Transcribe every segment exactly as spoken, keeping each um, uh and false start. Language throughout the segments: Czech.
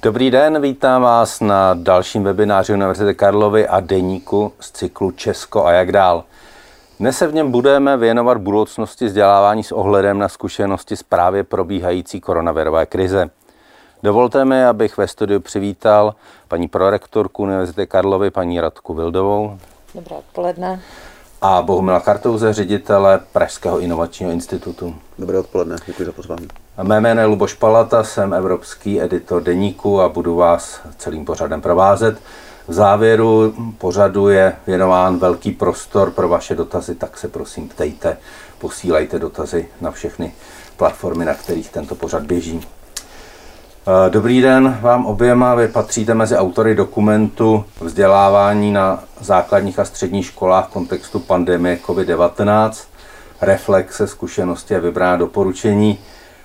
Dobrý den, vítám vás na dalším webináři Univerzity Karlovy a deníku z cyklu Česko a jak dál. Dnes se v něm budeme věnovat budoucnosti vzdělávání s ohledem na zkušenosti z právě probíhající koronavirové krize. Dovolte mi, abych ve studiu přivítal paní prorektorku Univerzity Karlovy, paní Radku Vildovou. Dobré odpoledne. A Bohumila Kartouze, ředitele Pražského inovačního institutu. Dobré odpoledne, děkuji za pozvání. Mé jméno je Luboš Palata, jsem evropský editor deníku a budu vás celým pořadem provázet. V závěru pořadu je věnován velký prostor pro vaše dotazy, tak se prosím ptejte, posílejte dotazy na všechny platformy, na kterých tento pořad běží. Dobrý den vám oběma, vy patříte mezi autory dokumentu Vzdělávání na základních a středních školách v kontextu pandemie covid devatenáct, reflexe, zkušenosti a vybraná doporučení.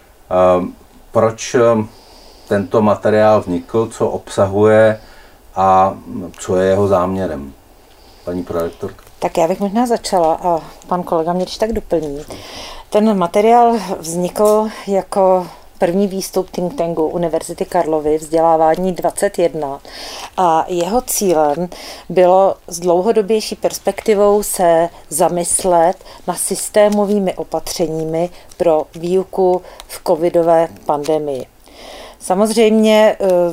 Proč tento materiál vznikl, co obsahuje a co je jeho záměrem? Paní prorektorka. Tak já bych možná začala a pan kolega mě když tak doplní. Ten materiál vznikl jako první výstup think tanku Univerzity Karlovy Vzdělávání dvacet jedna a jeho cílem bylo s dlouhodobější perspektivou se zamyslet na systémovými opatřeními pro výuku v covidové pandemii. Samozřejmě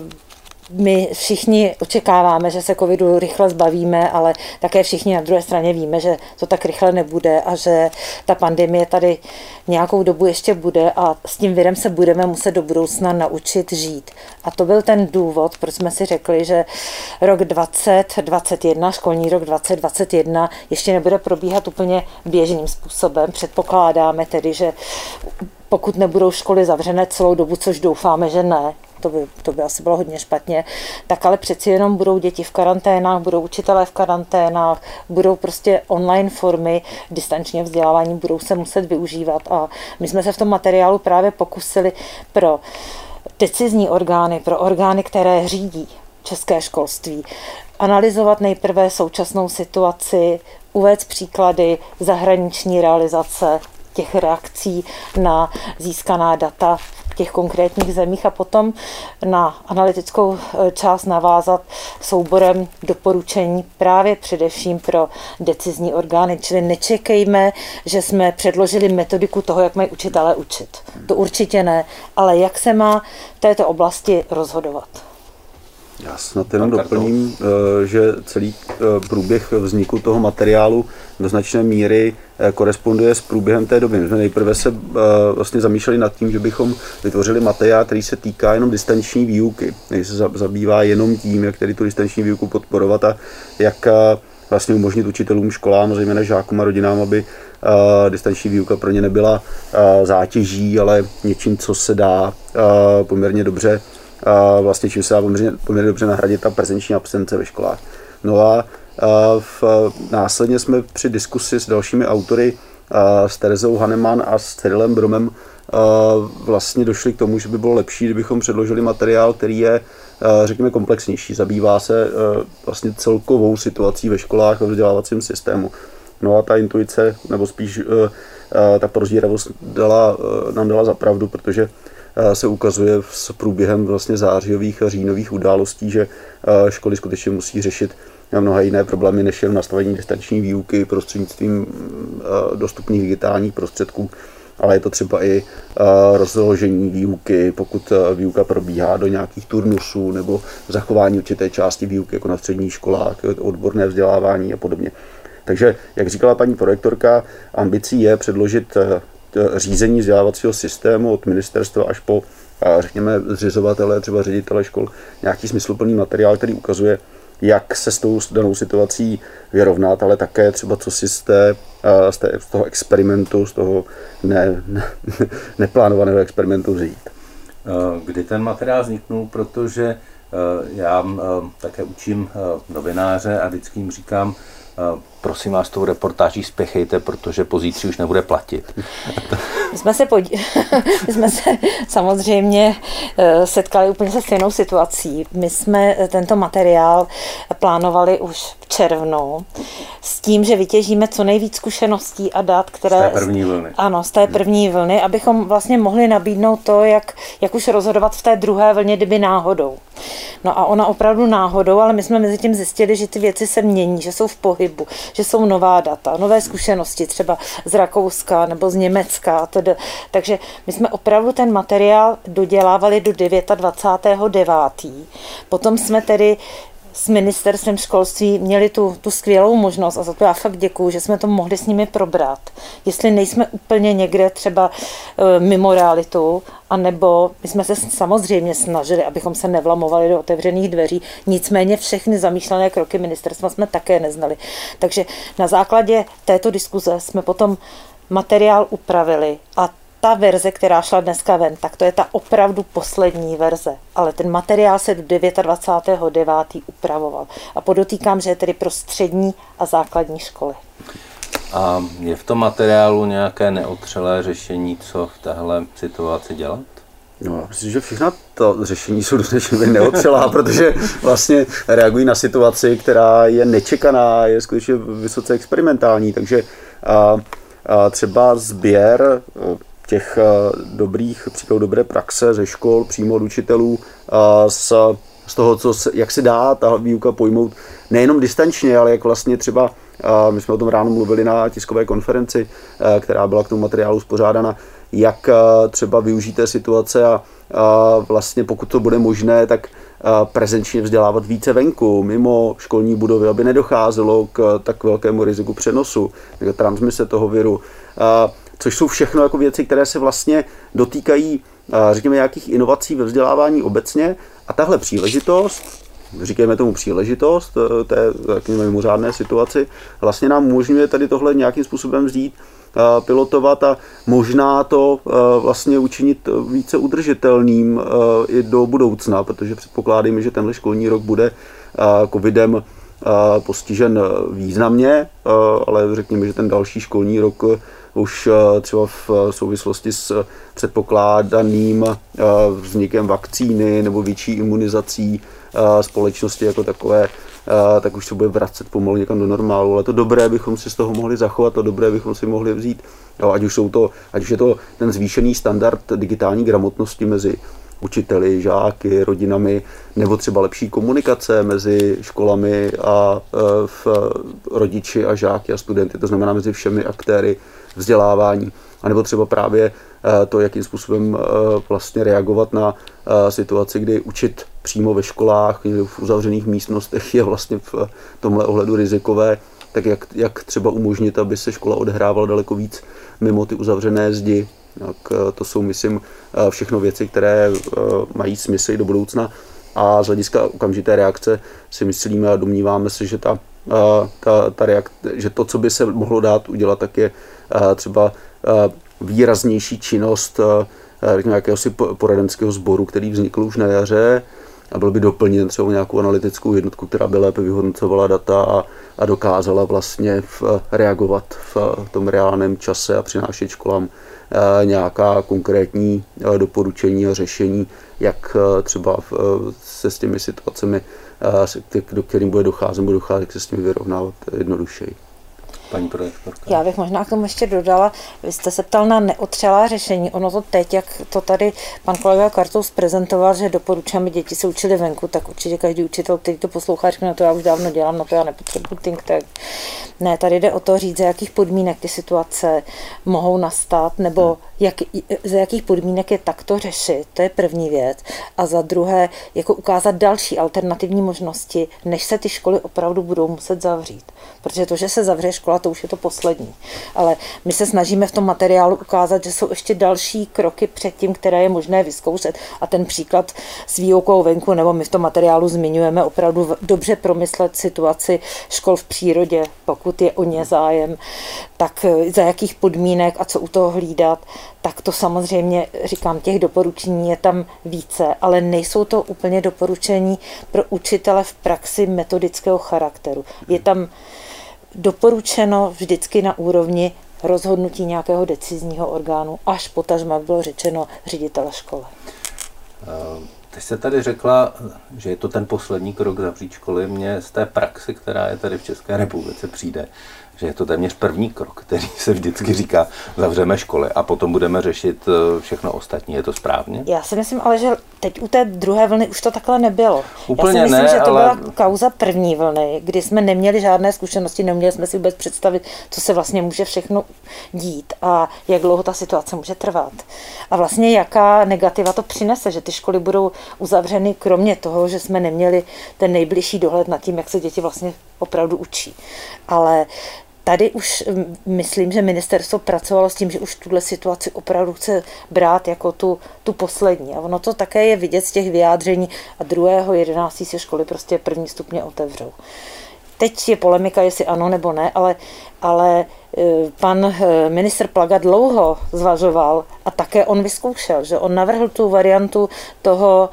my všichni očekáváme, že se covidu rychle zbavíme, ale také všichni na druhé straně víme, že to tak rychle nebude a že ta pandemie tady nějakou dobu ještě bude a s tím virem se budeme muset do budoucna naučit žít. A to byl ten důvod, proč jsme si řekli, že rok dvacet dvacet jedna, školní rok dvacet dvacet jedna ještě nebude probíhat úplně běžným způsobem. Předpokládáme tedy, že pokud nebudou školy zavřené celou dobu, což doufáme, že ne, to by, to by asi bylo hodně špatně, tak ale přeci jenom budou děti v karanténách, budou učitelé v karanténách, budou prostě online formy distančního vzdělávání, budou se muset využívat a my jsme se v tom materiálu právě pokusili pro decizní orgány, pro orgány, které řídí české školství, analyzovat nejprve současnou situaci, uvést příklady zahraniční realizace těch reakcí na získaná data v těch konkrétních zemích a potom na analytickou část navázat souborem doporučení právě především pro decizní orgány. Čili nečekejme, že jsme předložili metodiku toho, jak mají učitelé učit. To určitě ne, ale jak se má v této oblasti rozhodovat. Já snad jenom doplním, že celý průběh vzniku toho materiálu do značné míry koresponduje s průběhem té doby. My jsme nejprve se vlastně zamýšleli nad tím, že bychom vytvořili materiál, který se týká jenom distanční výuky, který se zabývá jenom tím, jak tedy tu distanční výuku podporovat a jak vlastně umožnit učitelům, školám, zejména žákům a rodinám, aby distanční výuka pro ně nebyla zátěží, ale něčím, co se dá poměrně dobře a vlastně čím se dá poměrně, poměrně dobře nahradit ta prezenční absence ve školách. No a, a v, následně jsme při diskusi s dalšími autory, a s Terezou Hannemann a s Cyrilem Bromem a vlastně došli k tomu, že by bylo lepší, kdybychom předložili materiál, který je, a, řekněme, komplexnější. Zabývá se a, vlastně celkovou situací ve školách a v vzdělávacím systému. No a ta intuice, nebo spíš a, a, ta prozíravost dala, a, nám dala za pravdu, protože se ukazuje s průběhem vlastně zářijových a říjnových událostí, že školy skutečně musí řešit mnoha jiné problémy než jen nastavení distanční výuky prostřednictvím dostupných digitálních prostředků, ale je to třeba i rozložení výuky, pokud výuka probíhá do nějakých turnusů nebo zachování určité části výuky, jako na středních školách, odborné vzdělávání a podobně. Takže, jak říkala paní prorektorka, ambicí je předložit řízení vzdělávacího systému od ministerstva až po, řekněme, zřizovatele, třeba ředitele škol, nějaký smysluplný materiál, který ukazuje, jak se s tou danou situací vyrovnat, ale také třeba co si z, té, z, té, z toho experimentu, z toho ne, ne, neplánovaného experimentu vzít. Kdy ten materiál vzniknul, protože já také učím novináře a vždycky jim říkám, prosím vás, tou reportáží spěchejte, protože pozítří už nebude platit. My jsme se, podí... My jsme se samozřejmě setkali úplně se stejnou situací. My jsme tento materiál plánovali už v červnu s tím, že vytěžíme co nejvíc zkušeností a dat, které... Z té první vlny. Ano, z té první vlny, abychom vlastně mohli nabídnout to, jak, jak už rozhodovat v té druhé vlně, kdyby náhodou. No a ona opravdu náhodou, ale my jsme mezi tím zjistili, že ty věci se mění, že jsou v pohybu, že jsou nová data, nové zkušenosti, třeba z Rakouska nebo z Německa a tedy. Takže my jsme opravdu ten materiál dodělávali do dvacátého devátého Potom jsme tedy s ministerstvem školství měli tu, tu skvělou možnost a za to já fakt děkuju, že jsme to mohli s nimi probrat. Jestli nejsme úplně někde třeba e, mimo realitu, anebo my jsme se samozřejmě snažili, abychom se nevlamovali do otevřených dveří, nicméně všechny zamýšlené kroky ministerstva jsme také neznali. Takže na základě této diskuze jsme potom materiál upravili a ta verze, která šla dneska ven, tak to je ta opravdu poslední verze. Ale ten materiál se do dvacátého devátého upravoval. A podotýkám, že je tedy pro střední a základní školy. A je v tom materiálu nějaké neotřelé řešení, co v téhle situaci dělat? No, já myslím, že všechna to řešení jsou dostatečně neotřelá, protože vlastně reagují na situaci, která je nečekaná, je skutečně vysoce experimentální. Takže a, a třeba sběr těch dobrých příkladů dobré praxe ze škol, přímo od učitelů, z, z toho, co se, jak se dá ta výuka pojmout nejenom distančně, ale jak vlastně třeba, my jsme o tom ráno mluvili na tiskové konferenci, která byla k tomu materiálu uspořádána, jak třeba využít té situace a, a vlastně pokud to bude možné, tak prezenčně vzdělávat více venku, mimo školní budovy, aby nedocházelo k tak velkému riziku přenosu, transmise toho viru. Což jsou všechno jako věci, které se vlastně dotýkají, řekněme, nějakých inovací ve vzdělávání obecně. A tahle příležitost, říkáme tomu příležitost, té mimořádné situaci, vlastně nám umožňuje tady tohle nějakým způsobem vzít, pilotovat a možná to vlastně učinit více udržitelným i do budoucna, protože předpokládáme, že tenhle školní rok bude covidem postižen významně, ale řekněme, že ten další školní rok už třeba v souvislosti s předpokládaným vznikem vakcíny nebo větší imunizací společnosti jako takové, tak už se bude vracet pomalu někam do normálu. Ale to dobré bychom si z toho mohli zachovat, to dobré bychom si mohli vzít. Ať už, jsou to, ať už je to ten zvýšený standard digitální gramotnosti mezi učiteli, žáky, rodinami, nebo třeba lepší komunikace mezi školami a v rodiči a žáky a studenty, to znamená mezi všemi aktéry vzdělávání, a nebo třeba právě to, jakým způsobem vlastně reagovat na situaci, kdy učit přímo ve školách, v uzavřených místnostech je vlastně v tomhle ohledu rizikové, tak jak, jak třeba umožnit, aby se škola odehrávala daleko víc mimo ty uzavřené zdi. Tak to jsou, myslím, všechno věci, které mají smysl i do budoucna, a z hlediska okamžité reakce si myslíme a domníváme se, že, ta, ta, ta reakce, že to, co by se mohlo dát udělat, tak je třeba výraznější činnost nějakého si poradenského sboru, který vznikl už na jaře a byl by doplněn třeba nějakou analytickou jednotku, která by lépe vyhodnocovala data a, a dokázala vlastně v, reagovat v tom reálném čase a přinášet školám nějaká konkrétní doporučení a řešení, jak třeba se s těmi situacemi, do kterým bude docházet, bude docházet, se s nimi vyrovnávat jednodušeji. Paní projektorka. Já bych možná k tomu ještě dodala, vy jste se ptal na neotřelá řešení. Ono to teď, jak to tady pan kolega Kartous prezentoval, že doporučujeme, děti se učili venku, tak určitě každý učitel, který to poslouchá, řekne, na to já už dávno dělám, na to já nepotřebuji think tank. Ne, tady jde o to říct, za jakých podmínek ty situace mohou nastat, nebo jak, za jakých podmínek je takto řešit, to je první věc. A za druhé, jako ukázat další alternativní možnosti, než se ty školy opravdu budou muset zavřít. Protože to, že se zavře škola, to už je to poslední. Ale my se snažíme v tom materiálu ukázat, že jsou ještě další kroky před tím, které je možné vyzkoušet. A ten příklad s výukou venku, nebo my v tom materiálu zmiňujeme opravdu dobře promyslet situaci škol v přírodě, pokud je o ně zájem, tak za jakých podmínek a co u toho hlídat, tak to samozřejmě, říkám, těch doporučení je tam více, ale nejsou to úplně doporučení pro učitele v praxi metodického charakteru. Je tam doporučeno vždycky na úrovni rozhodnutí nějakého decizního orgánu, až potažmo bylo řečeno ředitele školy. Teď jste tady řekla, že je to ten poslední krok zavřít školy. Mně z té praxe, která je tady v České republice, přijde, že je to téměř první krok, který se vždycky říká, zavřeme školy a potom budeme řešit všechno ostatní. Je to správně? Já si myslím ale, že teď u té druhé vlny už to takhle nebylo. Úplně Já si myslím, ne, že to ale... byla kauza první vlny, kdy jsme neměli žádné zkušenosti, neměli jsme si vůbec představit, co se vlastně může všechno dít a jak dlouho ta situace může trvat. A vlastně jaká negativa to přinese, že ty školy budou uzavřeny, kromě toho, že jsme neměli ten nejbližší dohled nad tím, jak se děti vlastně opravdu učí. Ale tady už myslím, že ministerstvo pracovalo s tím, že už tuhle situaci opravdu chce brát jako tu, tu poslední. A ono to také je vidět z těch vyjádření a druhého jedenáctého se školy prostě první stupně otevřou. Teď je polemika, jestli ano nebo ne, ale, ale pan ministr Plaga dlouho zvažoval a také on vyzkoušel, že on navrhl tu variantu toho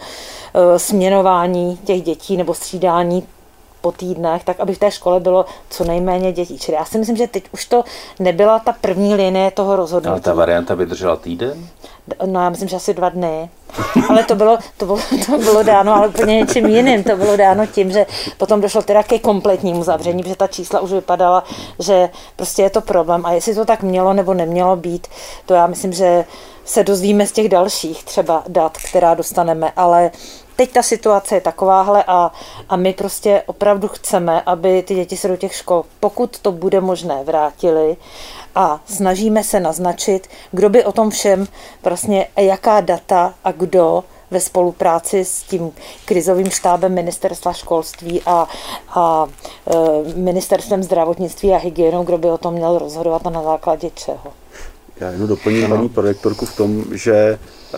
směnování těch dětí nebo střídání po týdnech, tak aby v té škole bylo co nejméně dětí. Čili já si myslím, že teď už to nebyla ta první linie toho rozhodnutí. Ale ta varianta vydržela týden? No já myslím, že asi dva dny. Ale to bylo, to bylo, to bylo dáno ale úplně něčím jiným. To bylo dáno tím, že potom došlo teda ke kompletnímu zavření, protože ta čísla už vypadala, že prostě je to problém. A jestli to tak mělo nebo nemělo být, to já myslím, že se dozvíme z těch dalších třeba dat, která dostaneme, ale teď ta situace je takováhle a, a my prostě opravdu chceme, aby ty děti se do těch škol, pokud to bude možné, vrátili a snažíme se naznačit, kdo by o tom všem, vlastně jaká data a kdo ve spolupráci s tím krizovým štábem ministerstva školství a, a e, ministerstvem zdravotnictví a hygienou, kdo by o tom měl rozhodovat a na základě čeho. Já jenom doplním paní prorektorku v tom, že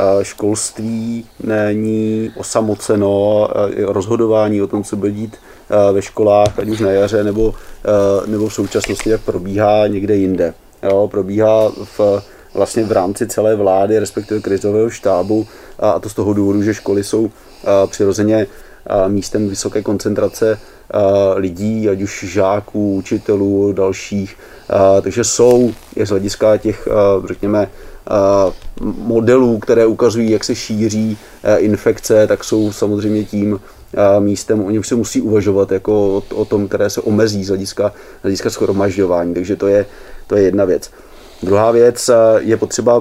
školství není osamoceno, rozhodování o tom, co bude dít ve školách, ať už na jaře nebo, nebo v současnosti, jak probíhá někde jinde. Jo, probíhá v, vlastně v rámci celé vlády, respektive krizového štábu, a to z toho důvodu, že školy jsou přirozeně místem vysoké koncentrace lidí, ať už žáků, učitelů, dalších. Takže jsou je z hlediska těch, řekněme, modelů, které ukazují, jak se šíří infekce, tak jsou samozřejmě tím místem, o něm se musí uvažovat jako o, o tom, které se omezí z hlediska, z hlediska shromažďování. Takže to je, to je jedna věc. Druhá věc je potřeba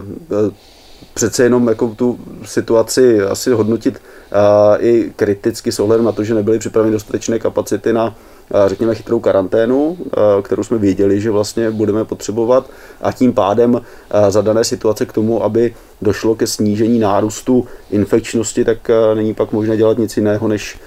přece jenom jako tu situaci asi hodnotit i kriticky s ohledem na to, že nebyly připraveny dostatečné kapacity na, řekněme, chytrou karanténu, kterou jsme věděli, že vlastně budeme potřebovat, a tím pádem za dané situace k tomu, aby došlo ke snížení nárůstu infekčnosti, tak není pak možné dělat nic jiného, než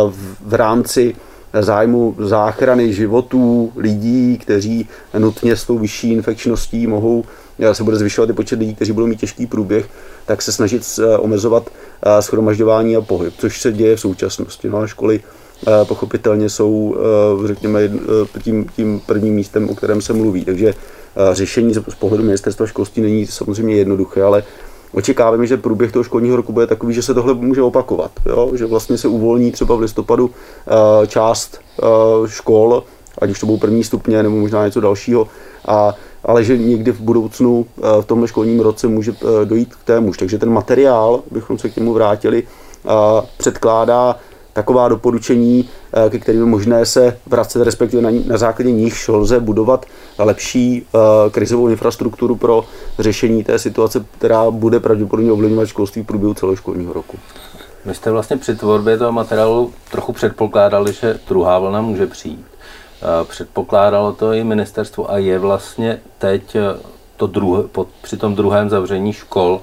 v rámci zájmu záchrany životů lidí, kteří nutně s tou vyšší infekčností mohou, se bude zvyšovat i počet lidí, kteří budou mít těžký průběh, tak se snažit omezovat shromažďování a pohyb, což se děje v současnosti. No a školy pochopitelně jsou, řekněme, tím, tím prvním místem, o kterém se mluví. Takže řešení z pohledu ministerstva školství není samozřejmě jednoduché, ale očekáváme, že průběh toho školního roku bude takový, že se tohle může opakovat. Jo? Že vlastně se uvolní třeba v listopadu část škol, ať už to budou první stupně nebo možná něco dalšího, a, ale že někdy v budoucnu v tomhle školním roce může dojít k témuž. Takže ten materiál, bychom se k němu vrátili, předkládá taková doporučení, ke kterým je možné se vracet, respektive na, na základě nich lze budovat lepší uh, krizovou infrastrukturu pro řešení té situace, která bude pravděpodobně ovlivňovat školství v průběhu celého školního roku. Vy jste vlastně při tvorbě toho materiálu trochu předpokládali, že druhá vlna může přijít. Uh, předpokládalo to i ministerstvo a je vlastně teď to druhé, po, při tom druhém zavření škol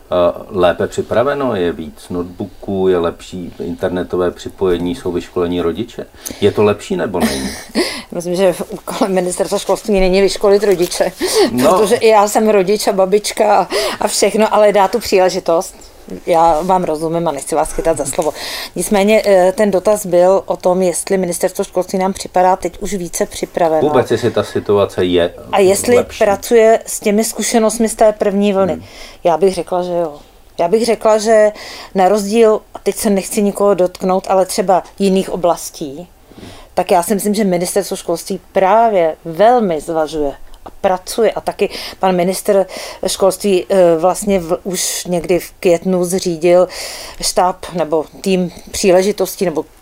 lépe připraveno, je víc notebooků, je lepší internetové připojení, jsou vyškolení rodiče. Je to lepší nebo není? Myslím, že úkolem ministerstva školství není vyškolit rodiče, no. Protože i já jsem rodič a babička a všechno, ale dá tu příležitost. Já vám rozumím a nechci vás chytat za slovo. Nicméně ten dotaz byl o tom, jestli ministerstvo školství nám připadá teď už více připraveno. Vůbec, jestli ta situace je a jestli lepší. Pracuje s těmi zkušenostmi z té první vlny. Hmm. Já bych řekla, že jo. Já bych řekla, že na rozdíl, a teď se nechci nikoho dotknout, ale třeba jiných oblastí, tak já si myslím, že ministerstvo školství právě velmi zvažuje a pracuje. A taky pan ministr školství vlastně v, už někdy v květnu zřídil štáb nebo tým příležitostí nebo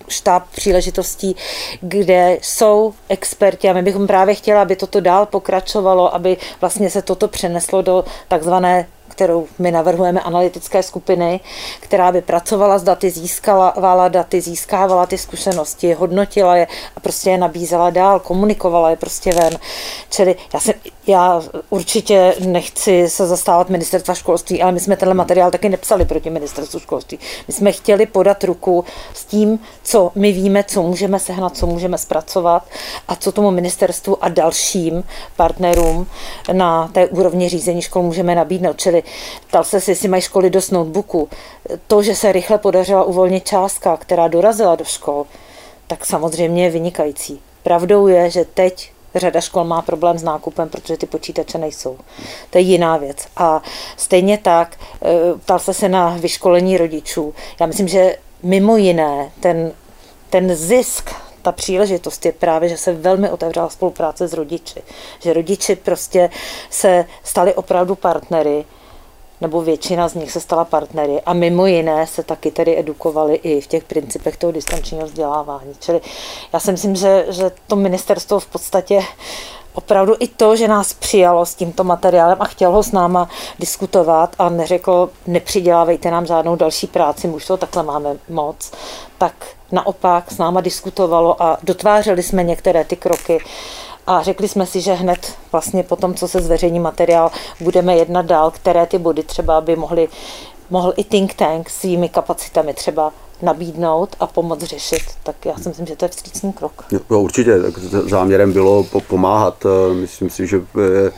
štáb příležitostí, kde jsou experti a my bychom právě chtěli, aby toto dál pokračovalo, aby vlastně se toto přeneslo do takzvané, kterou my navrhujeme, analytické skupiny, která by pracovala s daty, získávala daty, získávala ty zkušenosti, hodnotila je a prostě je nabízela dál, komunikovala je prostě ven. Čili já, se, já určitě nechci se zastávat ministerstva školství, ale my jsme tenhle materiál taky nepsali proti ministerstvu školství. My jsme chtěli podat ruku s tím, co my víme, co můžeme sehnat, co můžeme zpracovat a co tomu ministerstvu a dalším partnerům na té úrovni řízení škol můžeme nabídnout. Čili ptal se si, jestli mají školy dost notebooků. To, že se rychle podařila uvolnit částka, která dorazila do škol, tak samozřejmě je vynikající. Pravdou je, že teď řada škol má problém s nákupem, protože ty počítače nejsou. To je jiná věc. A stejně tak, ptal se se na vyškolení rodičů. Já myslím, že mimo jiné ten, ten zisk, ta příležitost je právě, že se velmi otevřela spolupráce s rodiči. Že rodiči prostě se stali opravdu partnery, nebo většina z nich se stala partnery a mimo jiné se taky tedy edukovali i v těch principech toho distančního vzdělávání. Čili já si myslím, že, že to ministerstvo v podstatě opravdu i to, že nás přijalo s tímto materiálem a chtěl ho s náma diskutovat a neřekl, nepřidělávejte nám žádnou další práci, my už to takhle máme moc, tak naopak s náma diskutovalo a dotvářeli jsme některé ty kroky a řekli jsme si, že hned vlastně po tom, co se zveřejní materiál, budeme jednat dál, které ty body třeba by mohly, mohl i think tank svými kapacitami třeba nabídnout a pomoct řešit. Tak já si myslím, že to je vstřícný krok. No, určitě, tak záměrem bylo pomáhat. Myslím si, že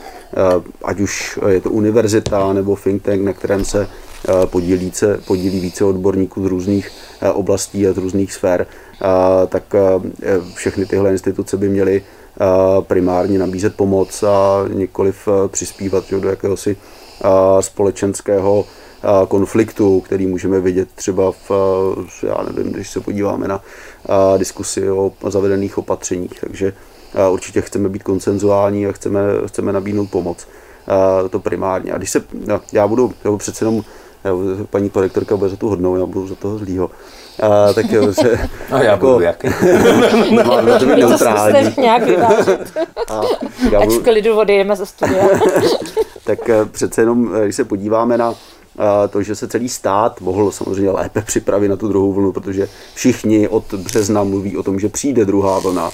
ať už je to univerzita nebo think tank, na kterém se podílí, podílí více odborníků z různých oblastí a z různých sfér, tak všechny tyhle instituce by měly primárně nabízet pomoc a nikoliv přispívat do jakéhosi společenského konfliktu, který můžeme vidět třeba v, já nevím, když se podíváme na diskusi o zavedených opatřeních. Takže určitě chceme být konsenzuální a chceme, chceme nabídnout pomoc. To primárně. A když se, já budu, já budu přece jenom, paní korektorka bude za tu hodnou, já budu za toho zlýho. A, tak se, a já jako, budu jaký? Máme to být neutrální. Nějak vyvážet. Ať v klidu odjedeme ze studia. Tak přece jenom, když se podíváme na to, že se celý stát mohl samozřejmě lépe připravit na tu druhou vlnu, protože všichni od března mluví o tom, že přijde druhá vlna.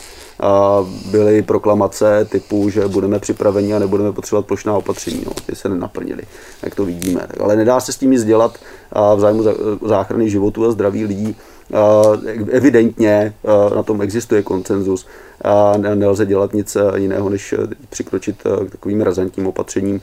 Byly proklamace typu, že budeme připraveni a nebudeme potřebovat plošná opatření. No, ty se nenaplnily, jak to vidíme. Ale nedá se s tím nic dělat v zájmu záchrany životů a zdraví lidí. Evidentně na tom existuje konsenzus. Nelze dělat nic jiného, než přikročit k takovým razantním opatřením.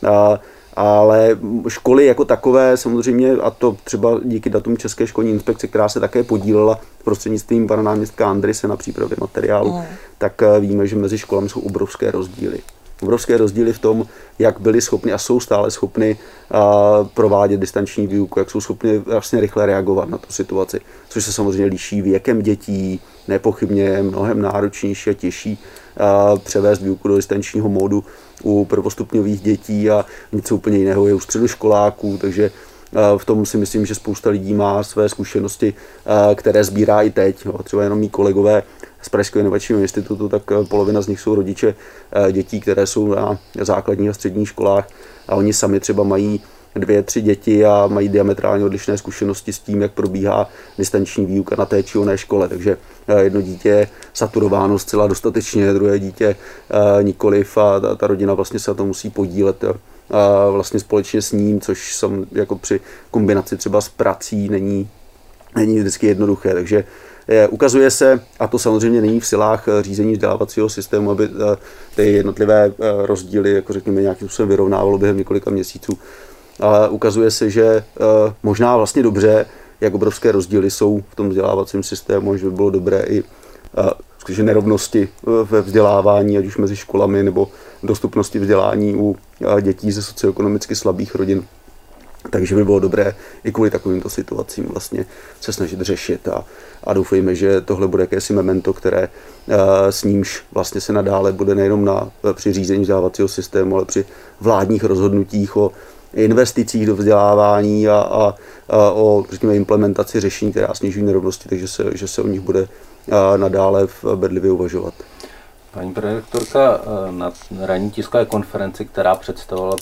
Ale školy jako takové samozřejmě, a to třeba díky datům České školní inspekce, která se také podílela prostřednictvím pana náměstka Andrise na přípravě materiálu, mm. tak víme, že mezi školami jsou obrovské rozdíly. Obrovské rozdíly v tom, jak byli schopni a jsou stále schopni uh, provádět distanční výuku, jak jsou schopni vlastně rychle reagovat na tu situaci, což se samozřejmě liší věkem dětí, nepochybně je mnohem náročnější a těžší uh, převést výuku do distančního módu u prvostupňových dětí a něco úplně jiného je u středoškoláků, takže v tom si myslím, že spousta lidí má své zkušenosti, které sbírá i teď. Třeba jenom mý kolegové z Pražského inovačního institutu, tak polovina z nich jsou rodiče dětí, které jsou na základních a středních školách a oni sami třeba mají dvě, tři děti a mají diametrálně odlišné zkušenosti s tím, jak probíhá distanční výuka na té či oné škole. Takže jedno dítě je saturováno zcela dostatečně, druhé dítě nikoliv a ta, ta rodina vlastně se na to musí podílet a vlastně společně s ním, což jsem jako při kombinaci třeba s prací není, není vždycky jednoduché. Takže je, ukazuje se, a to samozřejmě není v silách řízení vzdělávacího systému, aby ty jednotlivé rozdíly, jako řekněme, nějakým způsobem vyrovnávalo během několika měsíců. Ale ukazuje se, že možná vlastně dobře, jak obrovské rozdíly jsou v tom vzdělávacím systému, že by bylo dobré i skutečně nerovnosti ve vzdělávání, ať už mezi školami nebo dostupnosti vzdělání u dětí ze socioekonomicky slabých rodin. Takže by bylo dobré i kvůli takovýmto situacím vlastně se snažit řešit a, a doufejme, že tohle bude jakési memento, které s nímž vlastně se nadále bude nejenom na, při řízení vzdělávacího systému, ale při vládních rozhodnutích o investicích do vzdělávání a, a, a o řekněme, implementaci řešení, která snižují nerovnosti, takže se, že se o nich bude nadále bedlivě uvažovat. Paní prorektorka na ranní tiskové konferenci, která představovala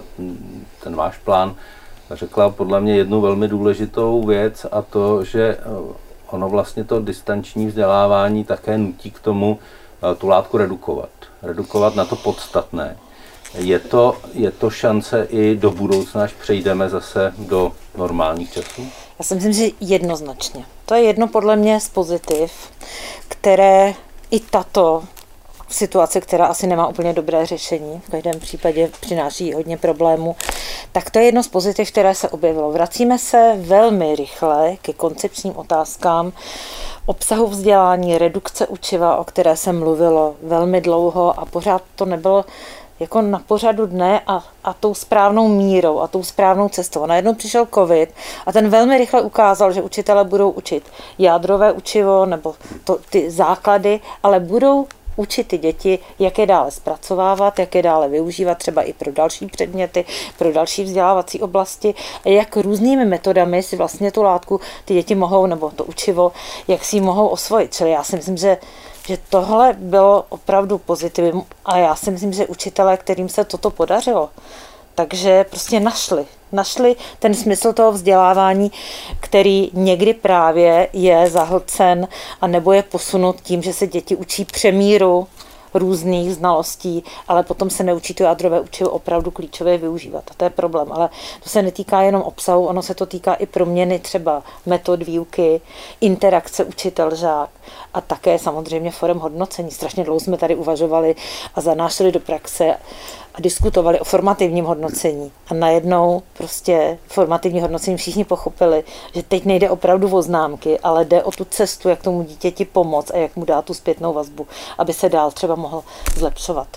ten váš plán, řekla podle mě jednu velmi důležitou věc, a to, že ono vlastně to distanční vzdělávání také nutí k tomu tu látku redukovat. Redukovat na to podstatné. Je to, je to šance i do budoucna, až přejdeme zase do normálních časů? Já si myslím, že jednoznačně. To je jedno podle mě z pozitiv, které i tato situace, která asi nemá úplně dobré řešení, v každém případě přináší hodně problémů, tak to je jedno z pozitiv, které se objevilo. Vracíme se velmi rychle ke koncepčním otázkám obsahu vzdělání, redukce učiva, o které se mluvilo velmi dlouho a pořád to nebylo jako na pořadu dne a, a tou správnou mírou a tou správnou cestou. A najednou přišel covid a ten velmi rychle ukázal, že učitelé budou učit jádrové učivo nebo to, ty základy, ale budou učit ty děti, jak je dále zpracovávat, jak je dále využívat třeba i pro další předměty, pro další vzdělávací oblasti a jak různými metodami si vlastně tu látku ty děti mohou, nebo to učivo, jak si ji mohou osvojit. Čili já si myslím, že že tohle bylo opravdu pozitivní a já si myslím, že učitelé, kterým se toto podařilo, takže prostě našli. Našli ten smysl toho vzdělávání, který někdy právě je zahlcen a nebo je posunut tím, že se děti učí přemíru různých znalostí, ale potom se neučí to jádrové učivo opravdu klíčově využívat. A to je problém. Ale to se netýká jenom obsahu, ono se to týká i proměny třeba metod výuky, interakce učitel-žák a také samozřejmě forem hodnocení. Strašně dlouho jsme tady uvažovali a zanášeli do praxe a diskutovali o formativním hodnocení. A najednou prostě formativní hodnocení všichni pochopili, že teď nejde opravdu o známky, ale jde o tu cestu, jak tomu dítěti pomoct a jak mu dát tu zpětnou vazbu, aby se dál třeba mohl zlepšovat.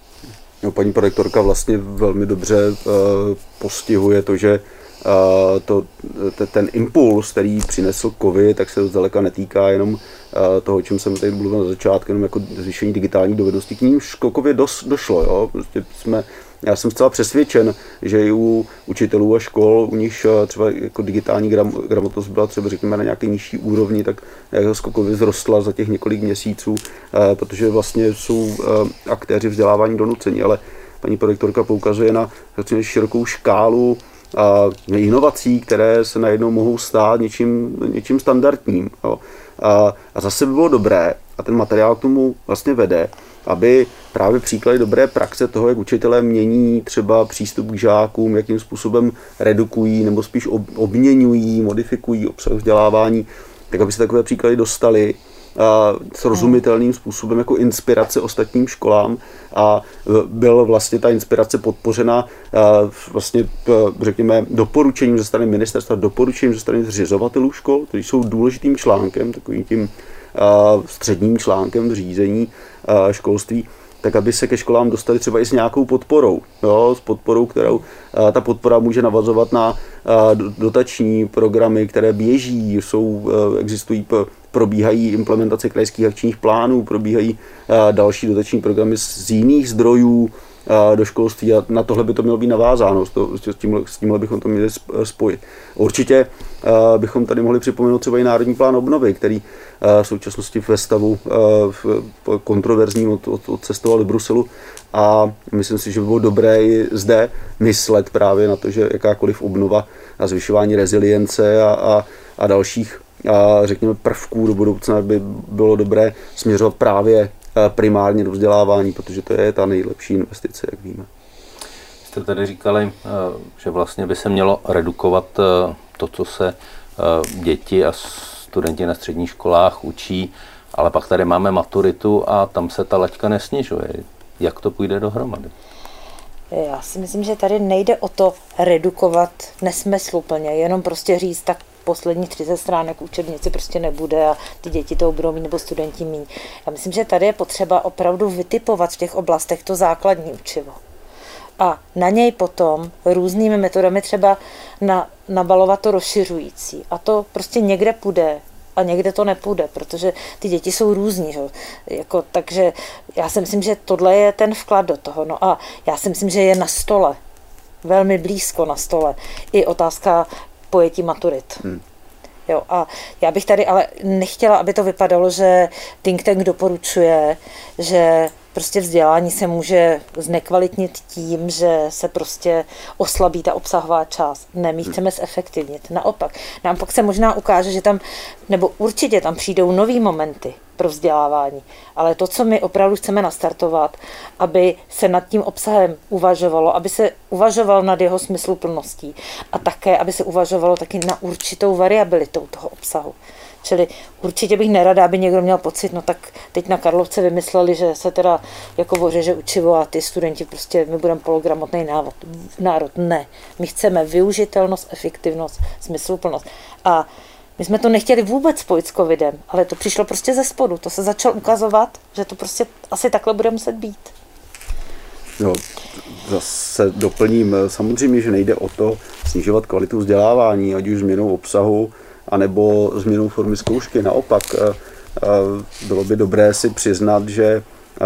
No, paní prorektorka vlastně velmi dobře uh, postihuje to, že uh, to, t- ten impuls, který přinesl covid, tak se zdaleka netýká jenom uh, toho, o čem jsem tady mluvil na začátku, jenom jako zvýšení digitální dovedností. K ním školkově dos, došlo. Jo? Prostě jsme, já jsem zcela přesvědčen, že i u učitelů a škol, u nich třeba jako digitální gram, gramotnost byla třeba řekněme na nějaké nižší úrovni, tak jako skokově vzrostla za těch několik měsíců, uh, protože vlastně jsou uh, aktéři vzdělávání donuceni, ale paní prorektorka poukazuje na širokou škálu a inovací, které se najednou mohou stát něčím, něčím standardním. Jo. A, a zase by bylo dobré, a ten materiál k tomu vlastně vede, aby právě příklady dobré praxe toho, jak učitelé mění třeba přístup k žákům, jakým způsobem redukují nebo spíš ob, obměňují, modifikují obsah vzdělávání, tak aby se takové příklady dostaly srozumitelným způsobem jako inspirace ostatním školám a byl vlastně ta inspirace podpořena vlastně řekněme doporučením ze strany ministerstva, doporučením ze strany zřizovatelů škol, kteří jsou důležitým článkem, takovým tím středním článkem řízení školství, tak aby se ke školám dostali třeba i s nějakou podporou. Jo, s podporou, kterou ta podpora může navazovat na dotační programy, které běží, jsou, existují, probíhají implementace krajských akčních plánů, probíhají další dotační programy z jiných zdrojů do školství a na tohle by to mělo být navázáno, s tímhle, s tímhle bychom to měli spojit. Určitě bychom tady mohli připomenout třeba i Národní plán obnovy, který v současnosti ve stavu kontroverzním od, od, odcestoval do Bruselu a myslím si, že by bylo dobré i zde myslet právě na to, že jakákoliv obnova a zvyšování rezilience a, a, a dalších a řekněme prvků do budoucna by bylo dobré směřovat právě primárně do vzdělávání, protože to je ta nejlepší investice, jak víme. Jste tady říkali, že vlastně by se mělo redukovat to, co se děti a studenti na středních školách učí, ale pak tady máme maturitu a tam se ta laťka nesnižuje. Jak to půjde dohromady? Já si myslím, že tady nejde o to redukovat nesmysluplně, jenom prostě říct, tak posledních třicet stránek učebnici prostě nebude a ty děti to budou mít nebo studenti mít. Já myslím, že tady je potřeba opravdu vytipovat v těch oblastech to základní učivo. A na něj potom různými metodami třeba na, nabalovat to rozšiřující. A to prostě někde půjde a někde to nepůjde, protože ty děti jsou různí. Že? Jako, takže já si myslím, že tohle je ten vklad do toho. No a já si myslím, že je na stole velmi blízko na stole. I otázka pojetí maturit. Hmm. Jo, a já bych tady ale nechtěla, aby to vypadalo, že think tank doporučuje, že prostě vzdělání se může znekvalitnit tím, že se prostě oslabí ta obsahová část. Ne, my chceme zefektivnit. Naopak. Naopak se možná ukáže, že tam, nebo určitě tam přijdou nový momenty pro vzdělávání. Ale to, co my opravdu chceme nastartovat, aby se nad tím obsahem uvažovalo, aby se uvažovalo nad jeho smysluplností a také, aby se uvažovalo taky na určitou variabilitou toho obsahu. Čili určitě bych nerada, aby někdo měl pocit, no tak teď na Karlovce vymysleli, že se teda jako ořeže učivo a ty studenti prostě, my budeme pologramotný návod, národ. Ne, my chceme využitelnost, efektivnost, smysluplnost. A my jsme to nechtěli vůbec spojit s covidem, ale to přišlo prostě ze spodu. To se začalo ukazovat, že to prostě asi takhle bude muset být. No, zase doplním, samozřejmě, že nejde o to snižovat kvalitu vzdělávání, ať už změnou obsahu, anebo změnou formy zkoušky. Naopak, bylo by dobré si přiznat, že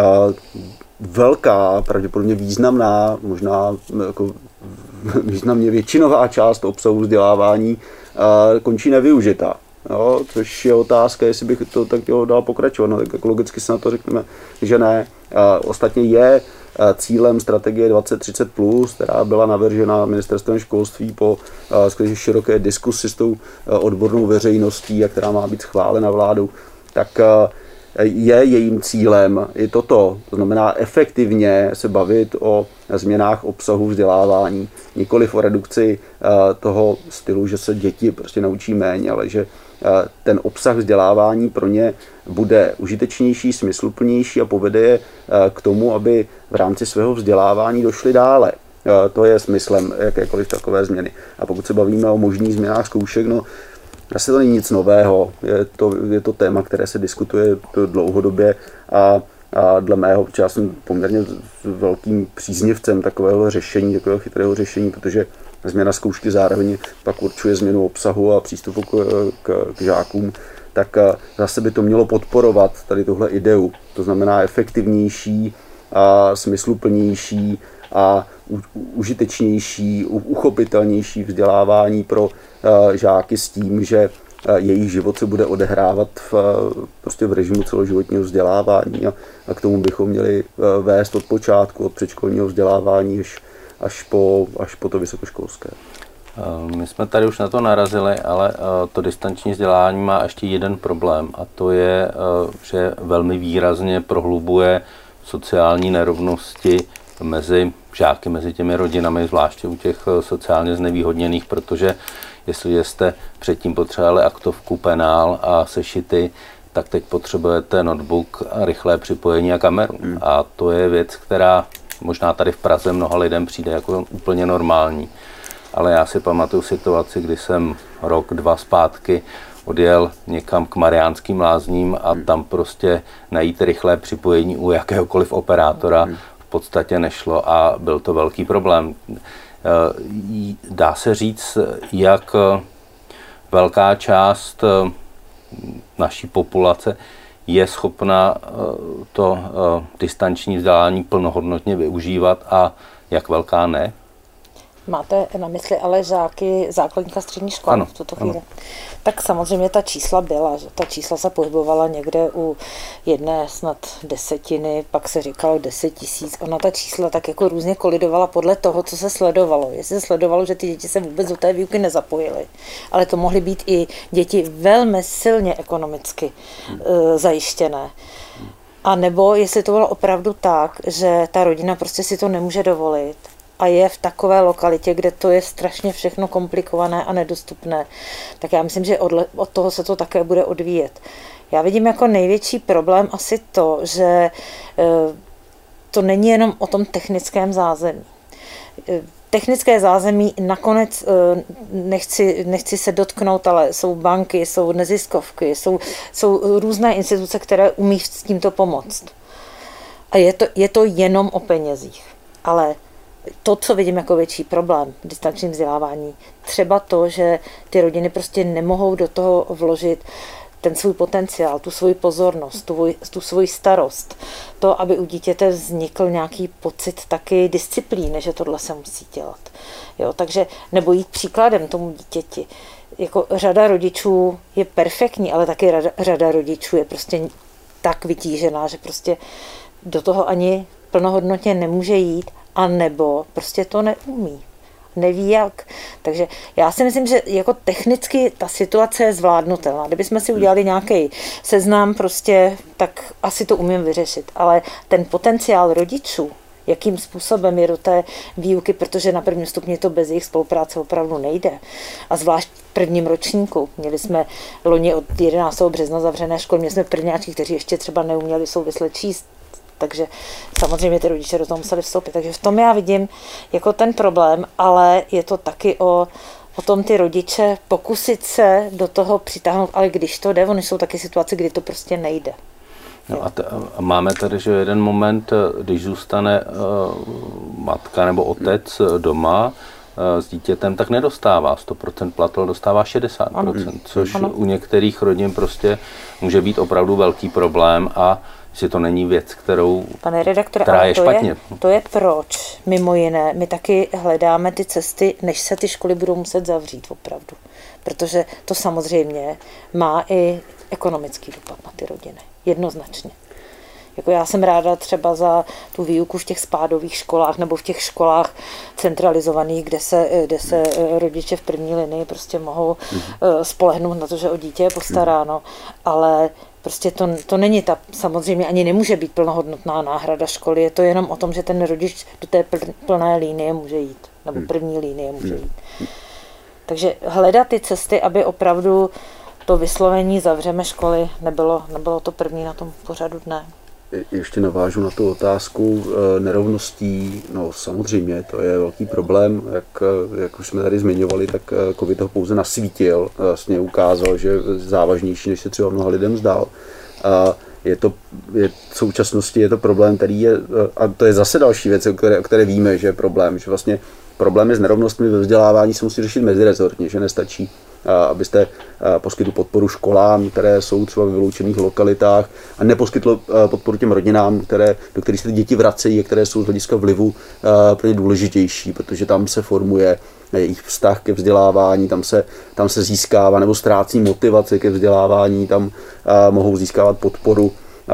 velká, pravděpodobně významná, možná jako významně většinová část obsahu vzdělávání končí nevyužitá. Jo, což je otázka, jestli bych to tak dal pokračovat. No, tak logicky se na to řekneme, že ne. Ostatně je cílem strategie dvacet třicet plus, která byla navržena ministerstvem školství po skutečně široké diskusi s tou odbornou veřejností a která má být schválena vládou, tak je jejím cílem i toto, to znamená efektivně se bavit o změnách obsahu vzdělávání, nikoliv o redukci toho stylu, že se děti prostě naučí méně, ale že ten obsah vzdělávání pro ně bude užitečnější, smysluplnější a povede je k tomu, aby v rámci svého vzdělávání došli dále. To je smyslem jakékoliv takové změny. A pokud se bavíme o možných změnách zkoušek, no asi to není nic nového. Je to, je to téma, které se diskutuje dlouhodobě a, a dle mého, já jsem poměrně velkým příznivcem takového řešení, takového chytrého řešení, protože změna zkoušky zároveň pak určuje změnu obsahu a přístupu k, k, k žákům, tak zase by to mělo podporovat tady tuhle ideu. To znamená efektivnější a smysluplnější a u, užitečnější, uchopitelnější vzdělávání pro žáky s tím, že jejich život se bude odehrávat v, prostě v režimu celoživotního vzdělávání a, a k tomu bychom měli vést od počátku, od předškolního vzdělávání až, až, po, až po to vysokoškolské. My jsme tady už na to narazili, ale to distanční vzdělání má ještě jeden problém a to je, že velmi výrazně prohlubuje sociální nerovnosti mezi žáky, mezi těmi rodinami, zvláště u těch sociálně znevýhodněných, protože jestli jste předtím potřebovali aktovku, penál a sešity, tak teď potřebujete notebook, rychlé připojení a kameru. Hmm. A to je věc, která možná tady v Praze mnoha lidem přijde jako úplně normální. Ale já si pamatuju situaci, kdy jsem rok, dva zpátky odjel někam k Mariánským Lázním a hmm. tam prostě najít rychlé připojení u jakéhokoliv operátora hmm. v podstatě nešlo a byl to velký problém. Dá se říct, jak velká část naší populace je schopna to distanční vzdělání plnohodnotně využívat a jak velká ne? Máte na mysli ale žáky základních a středních škol ano, v tuto chvíli. Ano. Tak samozřejmě ta čísla byla, že ta čísla se pohybovala někde u jedné snad desetiny, pak se říkalo deset tisíc. Ona ta čísla tak jako různě kolidovala podle toho, co se sledovalo. Jestli se sledovalo, že ty děti se vůbec do té výuky nezapojily, ale to mohly být i děti velmi silně ekonomicky hmm. e, zajištěné. A nebo jestli to bylo opravdu tak, že ta rodina prostě si to nemůže dovolit a je v takové lokalitě, kde to je strašně všechno komplikované a nedostupné, tak já myslím, že od, od toho se to také bude odvíjet. Já vidím jako největší problém asi to, že e, to není jenom o tom technickém zázemí. E, technické zázemí nakonec e, nechci, nechci se dotknout, ale jsou banky, jsou neziskovky, jsou, jsou různé instituce, které umí s tímto pomoct. A je to, je to jenom o penězích. Ale to, co vidím jako větší problém v distančním vzdělávání, třeba to, že ty rodiny prostě nemohou do toho vložit ten svůj potenciál, tu svoji pozornost, tu, tu svoji starost, to, aby u dítěte vznikl nějaký pocit taky disciplíny, že tohle se musí dělat. Jo, takže nebo jít příkladem tomu dítěti. Jako řada rodičů je perfektní, ale taky řada, řada rodičů je prostě tak vytížená, že prostě do toho ani plnohodnotně nemůže jít, a nebo prostě to neumí. Neví jak. Takže já si myslím, že jako technicky ta situace je zvládnutelná. Kdybychom si udělali nějaký seznam, prostě, tak asi to umím vyřešit. Ale ten potenciál rodičů, jakým způsobem je do té výuky, protože na prvním stupni to bez jejich spolupráce opravdu nejde. A zvlášť v prvním ročníku. Měli jsme loni od jedenáctého března zavřené školy, měli jsme prvňáčky, kteří ještě třeba neuměli souvisle číst. Takže samozřejmě ty rodiče do toho museli vstoupit. Takže v tom já vidím jako ten problém, ale je to taky o, o tom ty rodiče pokusit se do toho přitáhnout, ale když to jde, oni jsou taky situace, kdy to prostě nejde. No a, t- a máme tady, že jeden moment, když zůstane uh, matka nebo otec doma uh, s dítětem, tak nedostává sto procent platu, ale dostává šedesát procent, ano. Což ano. U některých rodin prostě může být opravdu velký problém a že to není věc, kterou, Pane redaktore, která je to špatně. Je, to je proč, mimo jiné, my taky hledáme ty cesty, než se ty školy budou muset zavřít opravdu. Protože to samozřejmě má i ekonomický dopad na ty rodiny. Jednoznačně. Jako já jsem ráda třeba za tu výuku v těch spádových školách nebo v těch školách centralizovaných, kde se, kde se rodiče v první linii prostě mohou mm-hmm. spolehnout na to, že o dítě je postaráno, ale prostě to, to není ta, samozřejmě ani nemůže být plnohodnotná náhrada školy, je to jenom o tom, že ten rodič do té plné linie může jít, nebo první linie může jít. Takže hledat ty cesty, aby opravdu to vyslovení zavřeme školy nebylo, nebylo to první na tom pořadu dne. Ještě navážu na tu otázku nerovností. No samozřejmě, to je velký problém. Jak, jak už jsme tady zmiňovali, tak covid to pouze nasvítil. Vlastně ukázal, že je závažnější, než se třeba mnoha lidem zdál. A je to, je, v současnosti je to problém, který je, a to je zase další věc, o které, o které víme, že je problém, že vlastně problémy s nerovnostmi ve vzdělávání se musí řešit mezirezortně, že nestačí, abyste poskytl podporu školám, které jsou třeba ve vyloučených lokalitách, a neposkytl podporu těm rodinám, které, do kterých se ty děti vracejí a které jsou z hlediska vlivu pro ně důležitější, protože tam se formuje jejich vztah ke vzdělávání, tam se, tam se získává nebo ztrácí motivace ke vzdělávání, tam mohou získávat podporu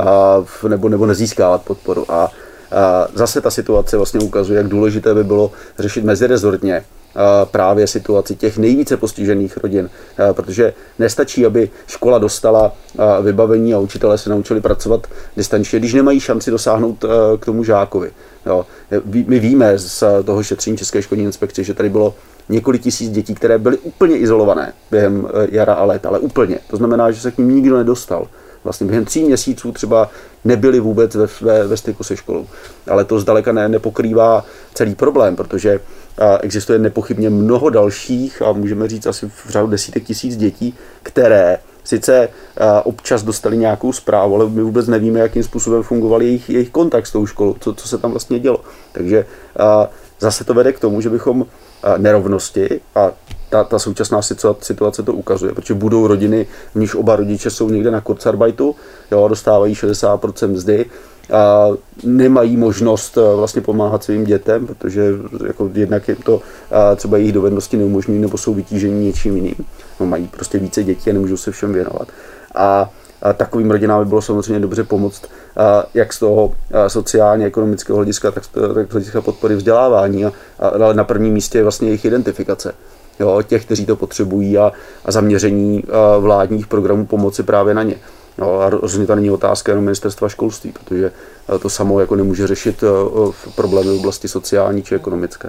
nebo, nebo nezískávat podporu. A zase ta situace vlastně ukazuje, jak důležité by bylo řešit mezirezortně právě situaci těch nejvíce postižených rodin, protože nestačí, aby škola dostala vybavení a učitelé se naučili pracovat distančně, když nemají šanci dosáhnout k tomu žákovi. Jo. My víme z toho šetření České školní inspekce, že tady bylo několik tisíc dětí, které byly úplně izolované během jara a léta, ale úplně. To znamená, že se k ním nikdo nedostal. Vlastně během tří měsíců třeba nebyli vůbec ve, ve, ve styku se školou. Ale to zdaleka ne, nepokrývá celý problém, protože a, existuje nepochybně mnoho dalších, a můžeme říct asi v řádu desítek tisíc dětí, které sice a, občas dostali nějakou zprávu, ale my vůbec nevíme, jakým způsobem fungoval jejich, jejich kontakt s tou školou, co, co se tam vlastně dělo. Takže a, zase to vede k tomu, že bychom a, nerovnosti, a ta, ta současná situace to ukazuje, protože budou rodiny, v níž oba rodiče jsou někde na kurzarbeitu, jo, dostávají šedesát procent mzdy a nemají možnost vlastně pomáhat svým dětem, protože jako jednak je to třeba jejich dovednosti neumožňují nebo jsou vytížení něčím jiným. No, mají prostě více dětí a nemůžou se všem věnovat. A A takovým rodinám by bylo samozřejmě dobře pomoct, jak z toho sociálně ekonomického hlediska, tak z hlediska podpory vzdělávání, a, ale na prvním místě je vlastně jejich identifikace. Jo, těch, kteří to potřebují, a, a zaměření a vládních programů pomoci právě na ně. No, a rozhodně to není otázka jenom ministerstva školství, protože to samo jako nemůže řešit problémy v oblasti sociální či ekonomické.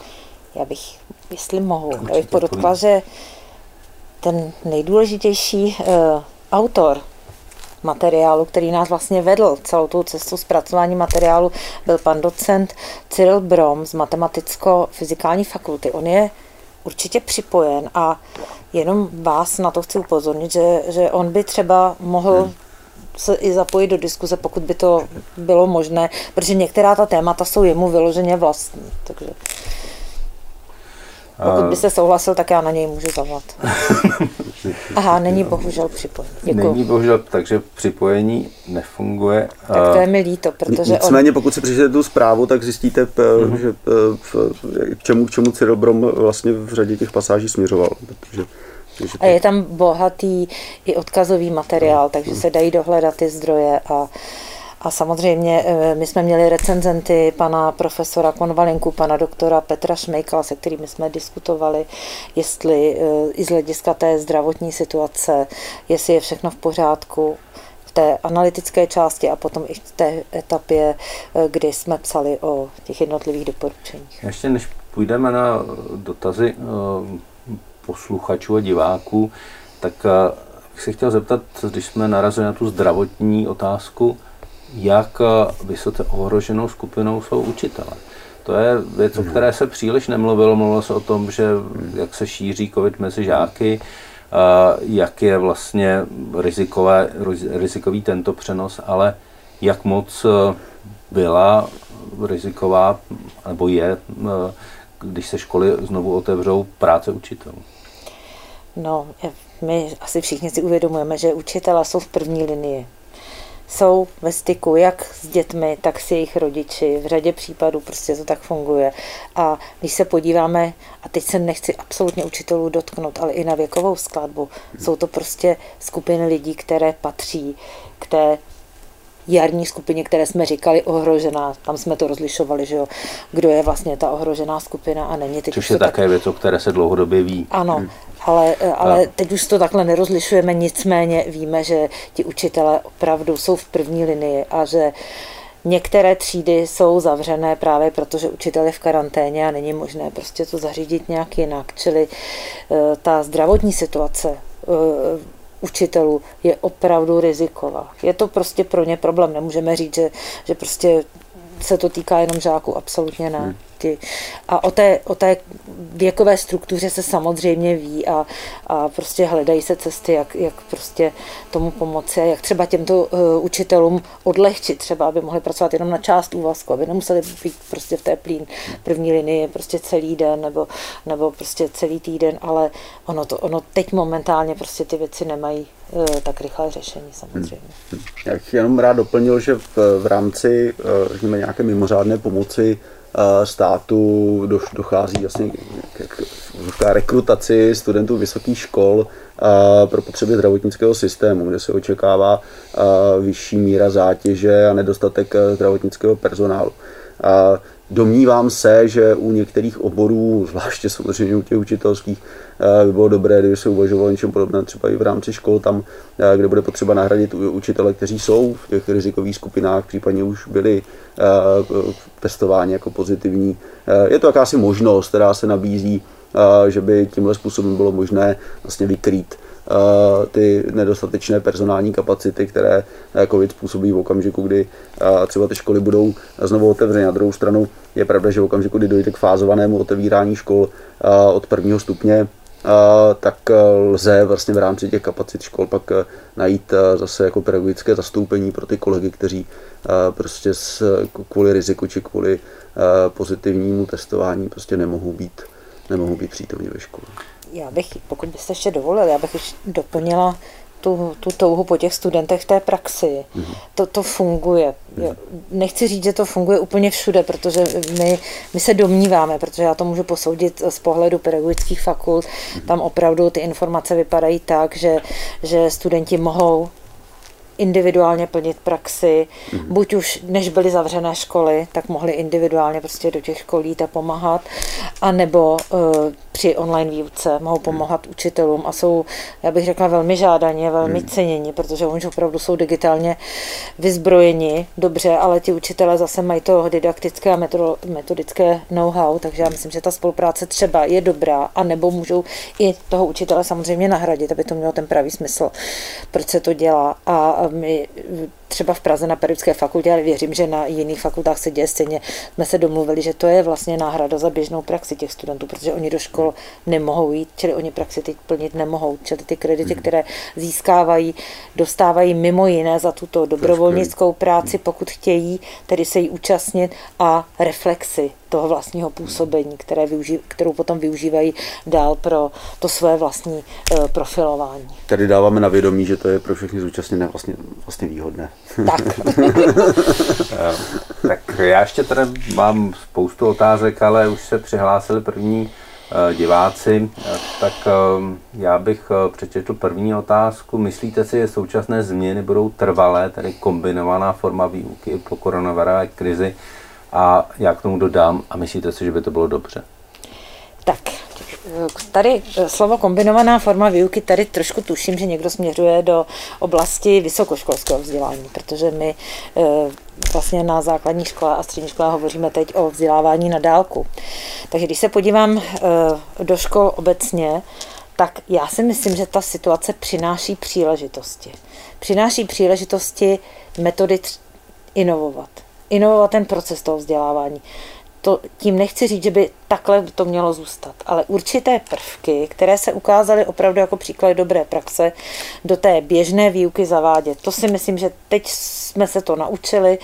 Já bych, jestli mohu, já bych podotkla, že ten nejdůležitější uh, autor materiálu, který nás vlastně vedl celou tou cestou zpracování materiálu, byl pan docent Cyril Brom z Matematicko-fyzikální fakulty. On je určitě připojen a jenom vás na to chci upozornit, že, že on by třeba mohl hmm. se i zapojit do diskuze, pokud by to bylo možné, protože některá ta témata jsou jemu vyloženě vlastní. Takže pokud by se souhlasil, tak já na něj můžu zavolat. Aha, není bohužel připojení. Děkuju. Není bohužel, takže připojení nefunguje. Tak to je mi líto, protože Nicméně, on... pokud si přečtete tu zprávu, tak zjistíte, mm-hmm. že k čemu, k čemu Cyril Brom vlastně v řadě těch pasáží směřoval. Protože, protože a je tam bohatý i odkazový materiál, takže se dají dohledat ty zdroje a A samozřejmě my jsme měli recenzenty pana profesora Konvalinku, pana doktora Petra Šmejkala, se kterými jsme diskutovali, jestli i z hlediska té zdravotní situace, jestli je všechno v pořádku v té analytické části a potom i v té etapě, kdy jsme psali o těch jednotlivých doporučeních. Ještě než půjdeme na dotazy posluchačů a diváků, tak bych se chtěl zeptat, když jsme narazili na tu zdravotní otázku, jak vysoce ohroženou skupinou jsou učitelé. To je věc, o které se příliš nemluvilo. Mluvilo se o tom, že jak se šíří covid mezi žáky, jak je vlastně rizikové, rizikový tento přenos, ale jak moc byla riziková, nebo je, když se školy znovu otevřou, práce učitelů. No, my asi všichni si uvědomujeme, že učitelé jsou v první linii. Jsou ve styku jak s dětmi, tak s jejich rodiči. V řadě případů prostě to tak funguje. A když se podíváme, a teď se nechci absolutně učitelů dotknout, ale i na věkovou skladbu, jsou to prostě skupiny lidí, které patří k té jarní skupině, které jsme říkali ohrožená. Tam jsme to rozlišovali, že jo, kdo je vlastně ta ohrožená skupina a není. Teď což je také tak... věc, o které se dlouhodobě ví. Ano, hmm. ale, ale teď už to takhle nerozlišujeme, nicméně víme, že ti učitelé opravdu jsou v první linii a že některé třídy jsou zavřené právě protože učitel je v karanténě a není možné prostě to zařídit nějak jinak. Čili ta zdravotní situace učitelů je opravdu riziková. Je to prostě pro ně problém. Nemůžeme říct, že, že prostě se to týká jenom žáků. Absolutně ne. Hmm. A o té, o té věkové struktuře se samozřejmě ví a, a prostě hledají se cesty, jak, jak prostě tomu pomoci a jak třeba těmto uh, učitelům odlehčit, třeba aby mohli pracovat jenom na část úvazku, aby nemuseli být prostě v té plín první linii prostě celý den nebo, nebo prostě celý týden, ale ono, to, ono teď momentálně prostě ty věci nemají uh, tak rychlé řešení samozřejmě. Hmm. Já bych jenom rád doplnil, že v, v rámci uh, nějaké mimořádné pomoci státu dochází vlastně k rekrutaci studentů vysokých škol pro potřeby zdravotnického systému, kde se očekává vyšší míra zátěže a nedostatek zdravotnického personálu. Domnívám se, že u některých oborů, zvláště samozřejmě u těch učitelských, by bylo dobré, kdyby se uvažovalo něčem podobném třeba i v rámci škol, tam, kde bude potřeba nahradit učitele, kteří jsou v těch rizikových skupinách, případně už byli testováni jako pozitivní. Je to jakási možnost, která se nabízí, že by tímhle způsobem bylo možné vlastně vykrýt ty nedostatečné personální kapacity, které COVID způsobí v okamžiku, kdy třeba ty školy budou znovu otevřeny. Na druhou stranu je pravda, že v okamžiku, kdy dojde k fázovanému otevírání škol od prvního stupně, tak lze vlastně v rámci těch kapacit škol pak najít zase jako pedagogické zastoupení pro ty kolegy, kteří prostě kvůli riziku či kvůli pozitivnímu testování prostě nemohou být, nemohou být přítomni ve škole. Já bych, pokud byste ještě dovolil, já bych ještě doplnila tu, tu touhu po těch studentech v té praxi. Mm-hmm. To, to funguje. Mm-hmm. Nechci říct, že to funguje úplně všude, protože my, my se domníváme, protože já to můžu posoudit z pohledu pedagogických fakult, mm-hmm. tam opravdu ty informace vypadají tak, že, že studenti mohou individuálně plnit praxi, mm-hmm. buď už než byly zavřené školy, tak mohli individuálně prostě do těch škol jít a pomáhat, anebo uh, při online výuce mohou pomáhat mm-hmm. učitelům a jsou, já bych řekla, velmi žádaní, velmi mm-hmm. ceněni, protože oni opravdu jsou digitálně vyzbrojeni, dobře, ale ti učitelé zase mají to didaktické a metodické know-how, takže já myslím, že ta spolupráce třeba je dobrá, anebo můžou i toho učitele samozřejmě nahradit, aby to mělo ten pravý smysl, proč se to dělá. A my třeba v Praze na pedagogické fakultě, ale věřím, že na jiných fakultách se děje stejně, jsme se domluvili, že to je vlastně náhrada za běžnou praxi těch studentů, protože oni do škol nemohou jít, čili oni praxi teď plnit nemohou, čili ty kredity, které získávají, dostávají mimo jiné za tuto dobrovolnickou práci, pokud chtějí, tedy se jí účastnit, a reflexy. toho vlastního působení, které využí, kterou potom využívají dál pro to své vlastní uh, profilování. Tady dáváme na vědomí, že to je pro všechny zúčastněné vlastně, vlastně výhodné. Tak. Tak já ještě tady mám spoustu otázek, ale už se přihlásili první diváci, tak já bych přečetl první otázku. Myslíte si, že současné změny budou trvalé, tedy kombinovaná forma výuky po koronavirové krizi? A já k tomu dodám, a myslíte si, že by to bylo dobře? Tak, tady slovo kombinovaná forma výuky, tady trošku tuším, že někdo směřuje do oblasti vysokoškolského vzdělání, protože my vlastně na základní škole a střední škole hovoříme teď o vzdělávání na dálku. Takže když se podívám do škol obecně, tak já si myslím, že ta situace přináší příležitosti. Přináší příležitosti metody inovovat. Inovovat ten proces toho vzdělávání. To, tím nechci říct, že by takhle to mělo zůstat, ale určité prvky, které se ukázaly opravdu jako příklad dobré praxe, do té běžné výuky zavádět. To si myslím, že teď jsme se to naučili,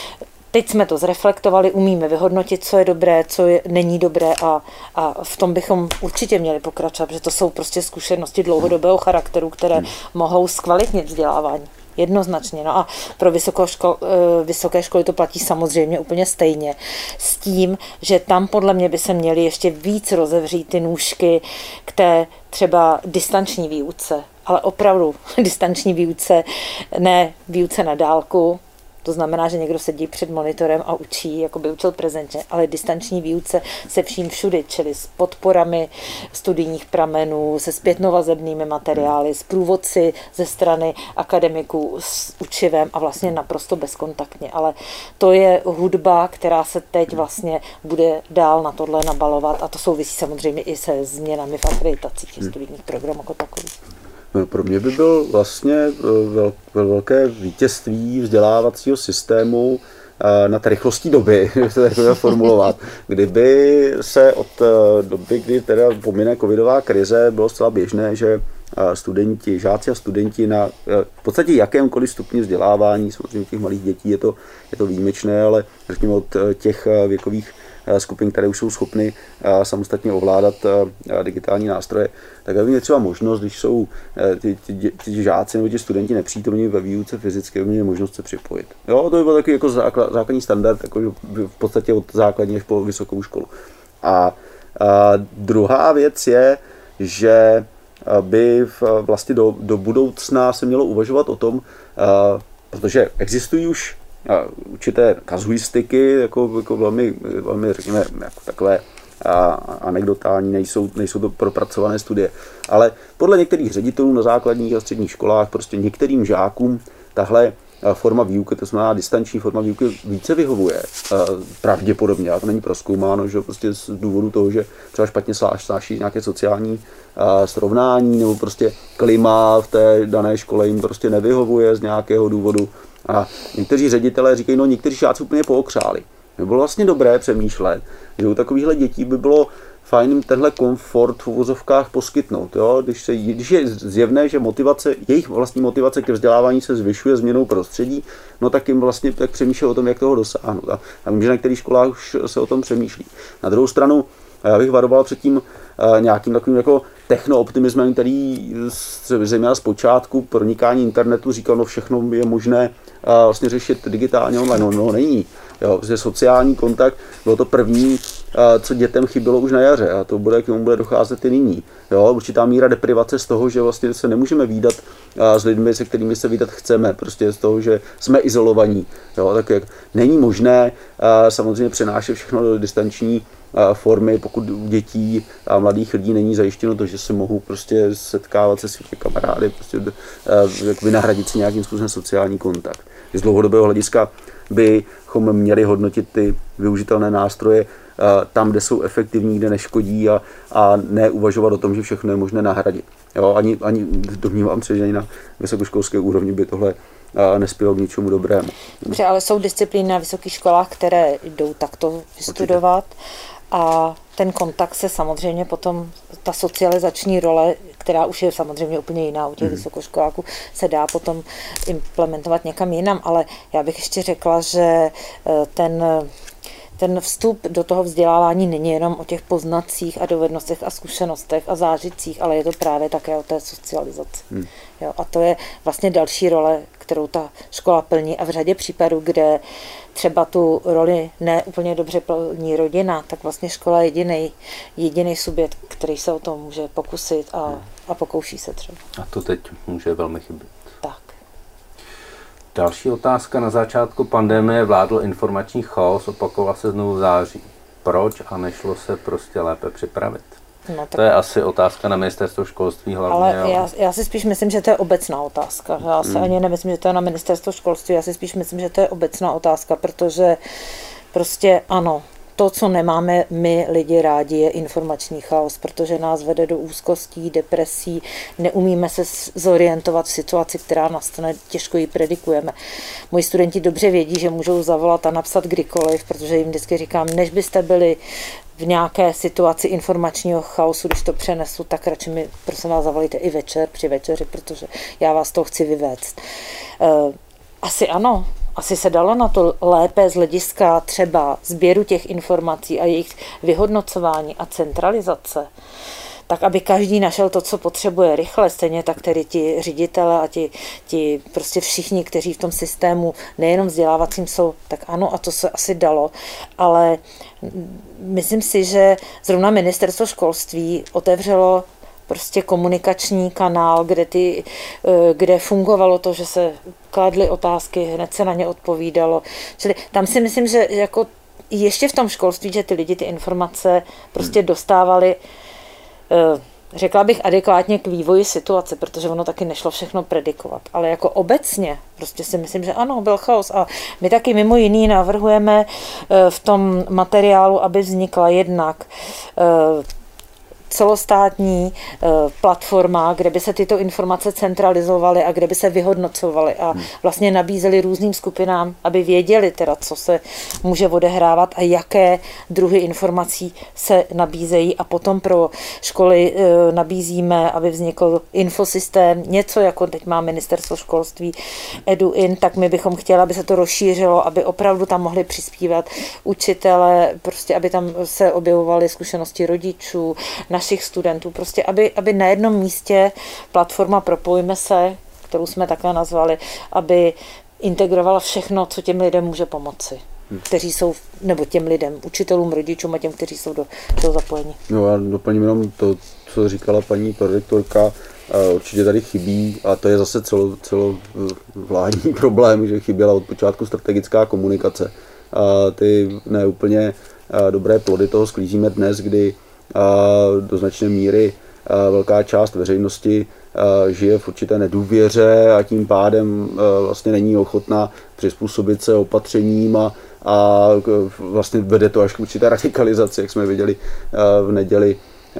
teď jsme to zreflektovali, umíme vyhodnotit, co je dobré, co je, není dobré a, a v tom bychom určitě měli pokračovat, protože to jsou prostě zkušenosti dlouhodobého charakteru, které hmm. mohou zkvalitnit vzdělávání. Jednoznačně. No a pro vysokoškol, vysoké školy to platí samozřejmě úplně stejně. S tím, že tam podle mě by se měly ještě víc rozevřít ty nůžky k té třeba distanční výuce. Ale opravdu distanční výuce, ne výuce na dálku. To znamená, že někdo sedí před monitorem a učí, jako by učil prezenčně, ale distanční výuce se vším všudy, čili s podporami studijních pramenů, se zpětnovazebnými materiály, s průvodci ze strany akademiků, s učivem a vlastně naprosto bezkontaktně. Ale to je hudba, která se teď vlastně bude dál na tohle nabalovat a to souvisí samozřejmě i se změnami v akreditacích těch studijních programů jako takových. No, pro mě by byl vlastně vel, velké vítězství vzdělávacího systému nad rychlostí doby, jak to takové formulovat. Kdyby se od doby, kdy teda pomine covidová krize, bylo zcela běžné, že studenti, žáci a studenti na v podstatě jakémkoliv stupni vzdělávání, samozřejmě těch malých dětí je to, je to výjimečné, ale řekněme od těch věkových skupin, které už jsou schopny samostatně ovládat digitální nástroje, tak aby měli třeba možnost, když jsou ty, ty, ty žáci nebo ti studenti nepřítomní ve výuce fyzicky, aby měli možnost se připojit. Jo, to by byl takový jako základ, základní standard, jako v podstatě od základní až po vysokou školu. A, a druhá věc je, že by vlastně do, do budoucna se mělo uvažovat o tom, protože existují už určité kazuistiky, jako, jako velmi, velmi, řekněme, jako takové a, anekdotální, nejsou, nejsou to propracované studie. Ale podle některých ředitelů na základních a středních školách prostě některým žákům tahle forma výuky, to znamená distanční forma výuky, více vyhovuje. Pravděpodobně, a to není prozkoumáno, že prostě z důvodu toho, že třeba špatně snáší nějaké sociální srovnání nebo prostě klima v té dané škole jim prostě nevyhovuje z nějakého důvodu. A někteří ředitelé říkají, no někteří žáci úplně pookřáli. By bylo vlastně dobré přemýšlet, že u takovýchhle dětí by bylo fajn jim tenhle komfort v uvozovkách poskytnout. Jo? Když, se, když je zjevné, že motivace, jejich vlastní motivace ke vzdělávání se zvyšuje změnou prostředí, no tak jim vlastně tak přemýšlí o tom, jak toho dosáhnout. A, a vím, že na některých školách už se o tom přemýšlí. Na druhou stranu, já bych varoval před tím uh, nějakým takovým jako technooptimismem, který zejména z počátku pronikání internetu říkal, no všechno je možné uh, vlastně řešit digitálně online. No, no není. Jo, protože sociální kontakt bylo to první, co dětem chybělo už na jaře a to bude, k tomu bude docházet i nyní. Jo, určitá míra deprivace z toho, že vlastně se nemůžeme vídat s lidmi, se kterými se vídat chceme, prostě z toho, že jsme izolovaní. Jo, tak jak není možné samozřejmě přenášet všechno do distanční formy, pokud u dětí a mladých lidí není zajištěno to, že se mohou prostě setkávat se svými kamarády, prostě jak vynahradit si nějakým způsobem sociální kontakt. Z dlouhodobého hlediska bychom měli hodnotit ty využitelné nástroje tam, kde jsou efektivní, kde neškodí a, a neuvažovat o tom, že všechno je možné nahradit. Jo, ani, ani domnívám se, že ani na vysokoškolské úrovni by tohle nespělo k ničemu dobrému. Dobře, ale jsou disciplíny na vysokých školách, které jdou takto vystudovat. Určitě. A ten kontakt se samozřejmě potom, ta socializační role, která už je samozřejmě úplně jiná u těch mm. vysokoškoláků, se dá potom implementovat někam jinam, ale já bych ještě řekla, že ten, ten vstup do toho vzdělávání není jenom o těch poznacích a dovednostech a zkušenostech a zážitcích, ale je to právě také o té socializaci. Hmm. Jo, a to je vlastně další role, kterou ta škola plní a v řadě případů, kde třeba tu roli ne úplně dobře plní rodina, tak vlastně škola je jediný, jediný subjekt, který se o to může pokusit a, hmm. a pokouší se třeba. A to teď může velmi chybět. Tak. Další otázka. Na začátku pandemie vládl informační chaos, opakoval se znovu v září. Proč a nešlo se prostě lépe připravit? No, tak... To je asi otázka na ministerstvo školství hlavně. Ale, ale... Já, já si spíš myslím, že to je obecná otázka. Já si hmm. ani nemyslím, že to je na ministerstvo školství, já si spíš myslím, že to je obecná otázka, protože prostě ano, to, co nemáme my lidi rádi, je informační chaos, protože nás vede do úzkostí, depresí, neumíme se zorientovat v situaci, která nastane, těžko ji predikujeme. Moji studenti dobře vědí, že můžou zavolat a napsat kdykoliv, protože jim vždycky říkám, než byste byli v nějaké situaci informačního chaosu, když to přenesu, tak radši mi, prosím vás, zavolíte i večer při večeři, protože já vás to chci vyvést. Asi ano. Asi se dalo na to lépe z hlediska třeba sběru těch informací a jejich vyhodnocování a centralizace, tak aby každý našel to, co potřebuje rychle, stejně tak tedy ti ředitele a ti, ti prostě všichni, kteří v tom systému nejenom vzdělávacím jsou, tak ano, a to se asi dalo, ale myslím si, že zrovna ministerstvo školství otevřelo prostě komunikační kanál, kde, ty, kde fungovalo to, že se kladly otázky, hned se na ně odpovídalo. Čili tam si myslím, že jako ještě v tom školství, že ty lidi ty informace prostě dostávali, řekla bych, adekvátně k vývoji situace, protože ono taky nešlo všechno predikovat. Ale jako obecně prostě si myslím, že ano, byl chaos. A my taky mimo jiný navrhujeme v tom materiálu, aby vznikla jednak celostátní platforma, kde by se tyto informace centralizovaly a kde by se vyhodnocovaly a vlastně nabízely různým skupinám, aby věděli teda, co se může odehrávat a jaké druhy informací se nabízejí a potom pro školy nabízíme, aby vznikl infosystém, něco jako teď má ministerstvo školství EduIn, tak my bychom chtěli, aby se to rozšířilo, aby opravdu tam mohli přispívat učitele, prostě aby tam se objevovaly zkušenosti rodičů, našich studentů, prostě aby, aby na jednom místě platforma Propojme se, kterou jsme takhle nazvali, aby integrovala všechno, co těm lidem může pomoci, kteří jsou, nebo těm lidem, učitelům, rodičům a těm, kteří jsou do toho zapojeni. No já doplním jenom to, co říkala paní prorektorka, určitě tady chybí, a to je zase celo, celovládní problém, že chyběla od počátku strategická komunikace. A ty neúplně dobré plody toho sklízíme dnes, kdy a do značné míry a velká část veřejnosti a žije v určité nedůvěře a tím pádem vlastně není ochotná přizpůsobit se opatřením a, a vlastně vede to až k určité radikalizaci, jak jsme viděli v neděli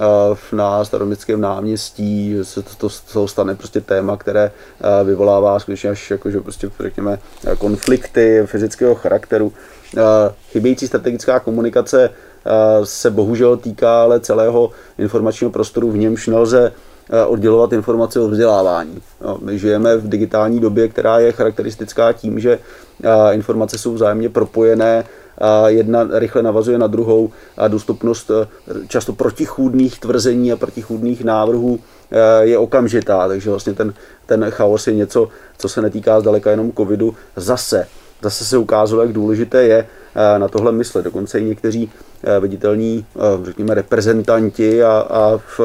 na Staroměstském náměstí, že se to, to stane prostě téma, které vyvolává skutečně až jakože prostě řekněme konflikty fyzického charakteru. Chybějící strategická komunikace se bohužel týká ale celého informačního prostoru, v němž nelze oddělovat informace od vzdělávání. My žijeme v digitální době, která je charakteristická tím, že informace jsou vzájemně propojené, jedna rychle navazuje na druhou a dostupnost často protichůdných tvrzení a protichůdných návrhů je okamžitá, takže vlastně ten, ten chaos je něco, co se netýká zdaleka jenom covidu. Zase, zase se ukázalo, jak důležité je na tohle myslet. Dokonce i někteří viditelní, řekněme, reprezentanti a, a, v,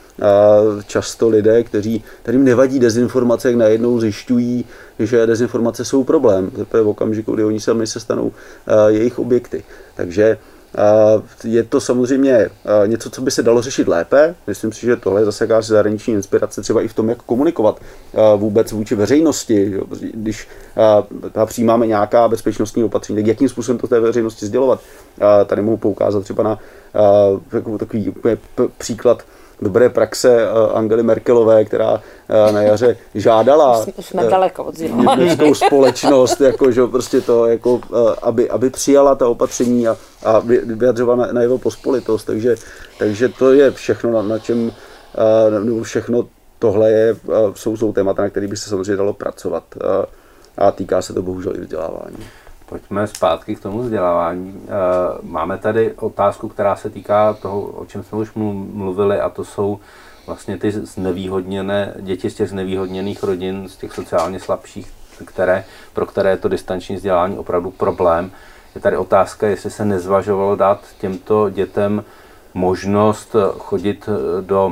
a často lidé, kteří, kterým nevadí dezinformace, jak najednou zjišťují, že dezinformace jsou problém. To je v okamžiku, kdy oni sami se stanou jejich objekty. Takže je to samozřejmě něco, co by se dalo řešit lépe. Myslím si, že tohle je zase jakási zahraniční inspirace třeba i v tom, jak komunikovat vůbec vůči veřejnosti. Když přijímáme nějaká bezpečnostní opatření, tak jakým způsobem to té veřejnosti sdělovat. Tady mohu poukázat třeba na takový příklad dobré praxe Angely Merkelové, která na jaře žádala německou společnost, jako, že prostě to, jako, aby, aby přijala ta opatření a, a vyjadřovala na, na jeho pospolitost. Takže, takže to je všechno, na, na čem nebo všechno tohle je, jsou, jsou témata, na kterých by se samozřejmě dalo pracovat. A týká se to bohužel i vzdělávání. Pojďme zpátky k tomu vzdělávání. Máme tady otázku, která se týká toho, o čem jsme už mluvili, a to jsou vlastně ty znevýhodněné děti z těch znevýhodněných rodin, z těch sociálně slabších, které, pro které je to distanční vzdělávání opravdu problém. Je tady otázka, jestli se nezvažovalo dát těmto dětem možnost chodit do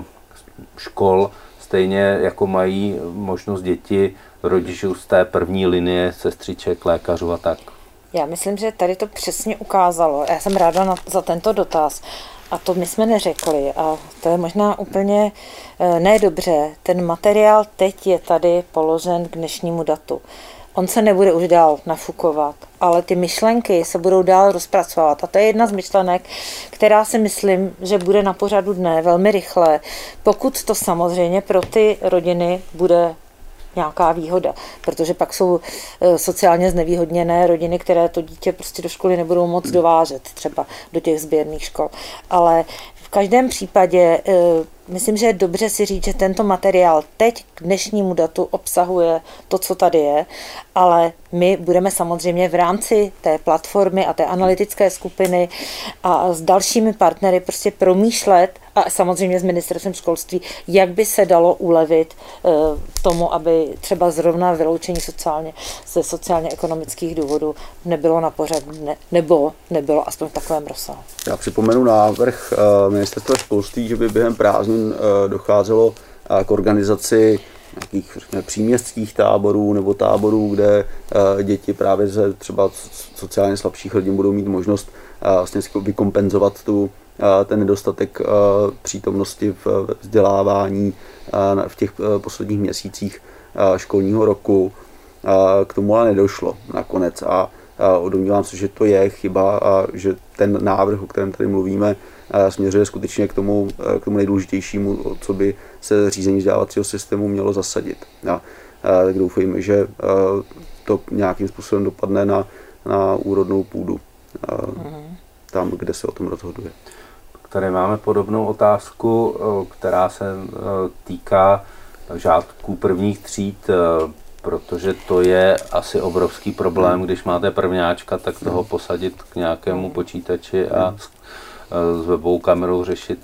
škol, stejně jako mají možnost děti rodičů z té první linie, sestřiček, lékařů a tak. Já myslím, že tady to přesně ukázalo. Já jsem ráda na, za tento dotaz. A to my jsme neřekli. A to je možná úplně ne dobře. Ten materiál teď je tady položen k dnešnímu datu. On se nebude už dál nafukovat, ale ty myšlenky se budou dál rozpracovat. A to je jedna z myšlenek, která si myslím, že bude na pořadu dne velmi rychle, pokud to samozřejmě pro ty rodiny bude nějaká výhoda, protože pak jsou sociálně znevýhodněné rodiny, které to dítě prostě do školy nebudou moc dovážet, třeba do těch sběrných škol. Ale v každém případě myslím, že je dobře si říct, že tento materiál teď k dnešnímu datu obsahuje to, co tady je, ale my budeme samozřejmě v rámci té platformy a té analytické skupiny a s dalšími partnery prostě promýšlet a samozřejmě s ministerstvem školství, jak by se dalo ulevit tomu, aby třeba zrovna vyloučení sociálně, ze sociálně-ekonomických důvodů nebylo na pořadu dne, nebo nebylo aspoň v takovém rozsahu. Já připomenu návrh ministerstva školství, že by během prázdnin docházelo k organizaci nějakých příměstských táborů nebo táborů, kde děti právě ze třeba sociálně slabších rodin budou mít možnost vlastně vykompenzovat tu, ten nedostatek přítomnosti v vzdělávání v těch posledních měsících školního roku. K tomu ale nedošlo nakonec a domnívám se, že to je chyba a že ten návrh, o kterém tady mluvíme, směřuje skutečně k tomu, k tomu nejdůležitějšímu, co by se řízení vzdělávacího systému mělo zasadit. A tak doufejme, že to nějakým způsobem dopadne na, na úrodnou půdu, tam, kde se o tom rozhoduje. Tady máme podobnou otázku, která se týká žáků prvních tříd, protože to je asi obrovský problém, když máte prvňáčka, tak toho posadit k nějakému počítači a s webovou kamerou řešit.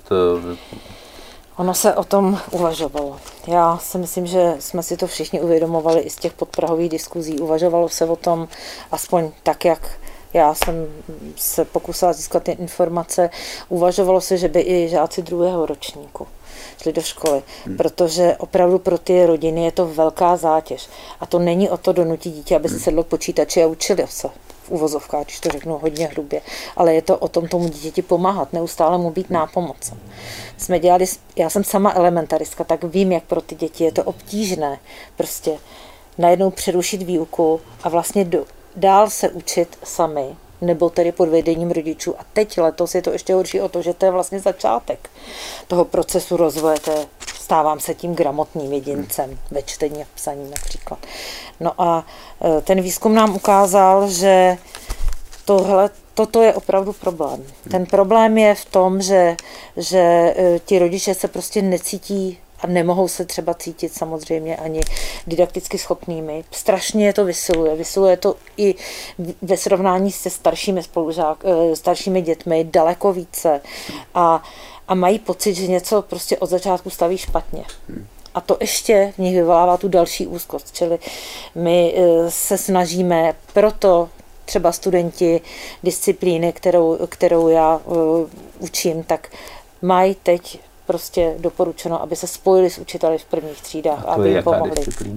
Ono se o tom uvažovalo. Já si myslím, že jsme si to všichni uvědomovali i z těch podprahových diskuzí. Uvažovalo se o tom aspoň tak, jak já jsem se pokusila získat ty informace. Uvažovalo se, že by i žáci druhého ročníku šli do školy, hmm. protože opravdu pro ty rodiny je to velká zátěž. A to není o to donutit dítě, aby se sedlo k počítači a učili se v uvozovkách, když to řeknu hodně hrubě, ale je to o tom tomu dítěti pomáhat, neustále mu být nápomocen. Jsme dělali, já jsem sama elementaristka, tak vím, jak pro ty děti je to obtížné prostě najednou přerušit výuku a vlastně do, dál se učit sami, nebo tedy pod vedením rodičů. A teď letos je to ještě horší o to, že to je vlastně začátek toho procesu rozvoje. To je, stávám se tím gramotným jedincem ve čtení a psaní například. No a ten výzkum nám ukázal, že tohle, toto je opravdu problém. Ten problém je v tom, že, že ti rodiče se prostě necítí a nemohou se třeba cítit samozřejmě ani didakticky schopnými. Strašně je to vysiluje. Vysiluje to i ve srovnání se staršími spolužák, staršími dětmi daleko více. A, a mají pocit, že něco prostě od začátku staví špatně. A to ještě v nich vyvolává tu další úzkost. Čili my se snažíme proto třeba studenti disciplíny, kterou, kterou já uh, učím, tak mají teď prostě doporučeno, aby se spojili s učiteli v prvních třídách, aby jim pomohli.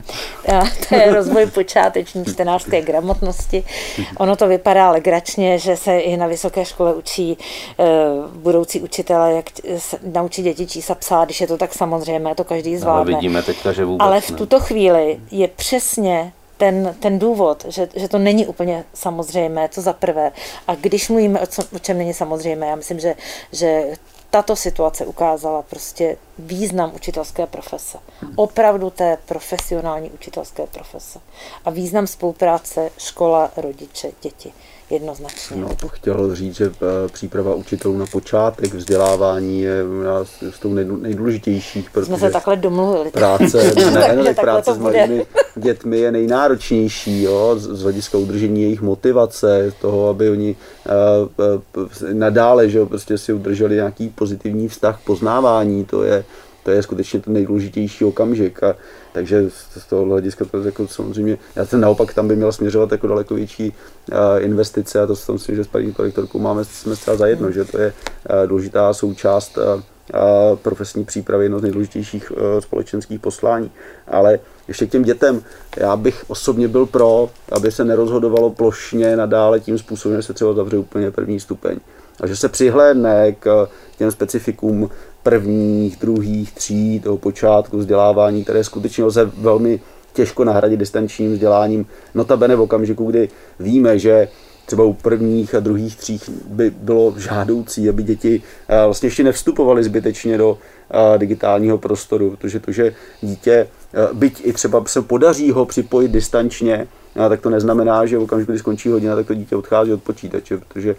A to je rozvoj počáteční čtenářské gramotnosti. Ono to vypadá legračně, že se i na vysoké škole učí uh, budoucí učitelé, jak se, naučit děti číst a psát, když je to tak samozřejmé, to každý zvládne. Ale vidíme teďka, že vůbec Ale v tuto chvíli je přesně ten, ten důvod, že, že to není úplně samozřejmé, to za prvé. A když mluvíme o, co, o čem není samozřejmé, já myslím, že, že tato situace ukázala prostě význam učitelské profese. Opravdu té profesionální učitelské profese. A význam spolupráce škola, rodiče, děti. Jednoznačně. No, to chtěl říct, že příprava učitelů na počátek vzdělávání je z tou nejdůležitějších, protože jsme se takhle domluvili. Práce, ne, ne, práce s malými, dětmi je nejnáročnější, jo, z hlediska udržení jejich motivace, toho, aby oni uh, uh, nadále, že jo, prostě si udrželi nějaký pozitivní vztah k poznávání, to je, to je skutečně ten nejdůležitější okamžik. A, takže z toho hlediska to jako samozřejmě, já jsem naopak tam by měl směřovat jako daleko větší uh, investice a to si myslím, že s paní korektorkou máme jsme zcela zajedno, že to je uh, důležitá součást uh, a profesní přípravy, jedno z nejdůležitějších uh, společenských poslání. Ale ještě k těm dětem, já bych osobně byl pro, aby se nerozhodovalo plošně nadále tím způsobem, že se třeba zavře úplně první stupeň. A že se přihlédne k těm specifikům prvních, druhých, tří, toho počátku vzdělávání, které skutečně lze velmi těžko nahradit distančním vzděláním. Notabene v okamžiku, kdy víme, že třeba u prvních a druhých třích by bylo žádoucí, aby děti vlastně ještě nevstupovaly zbytečně do digitálního prostoru, protože to, že dítě, byť i třeba se podaří ho připojit distančně, tak to neznamená, že v okamžiku, kdy skončí hodina, tak to dítě odchází od počítače, protože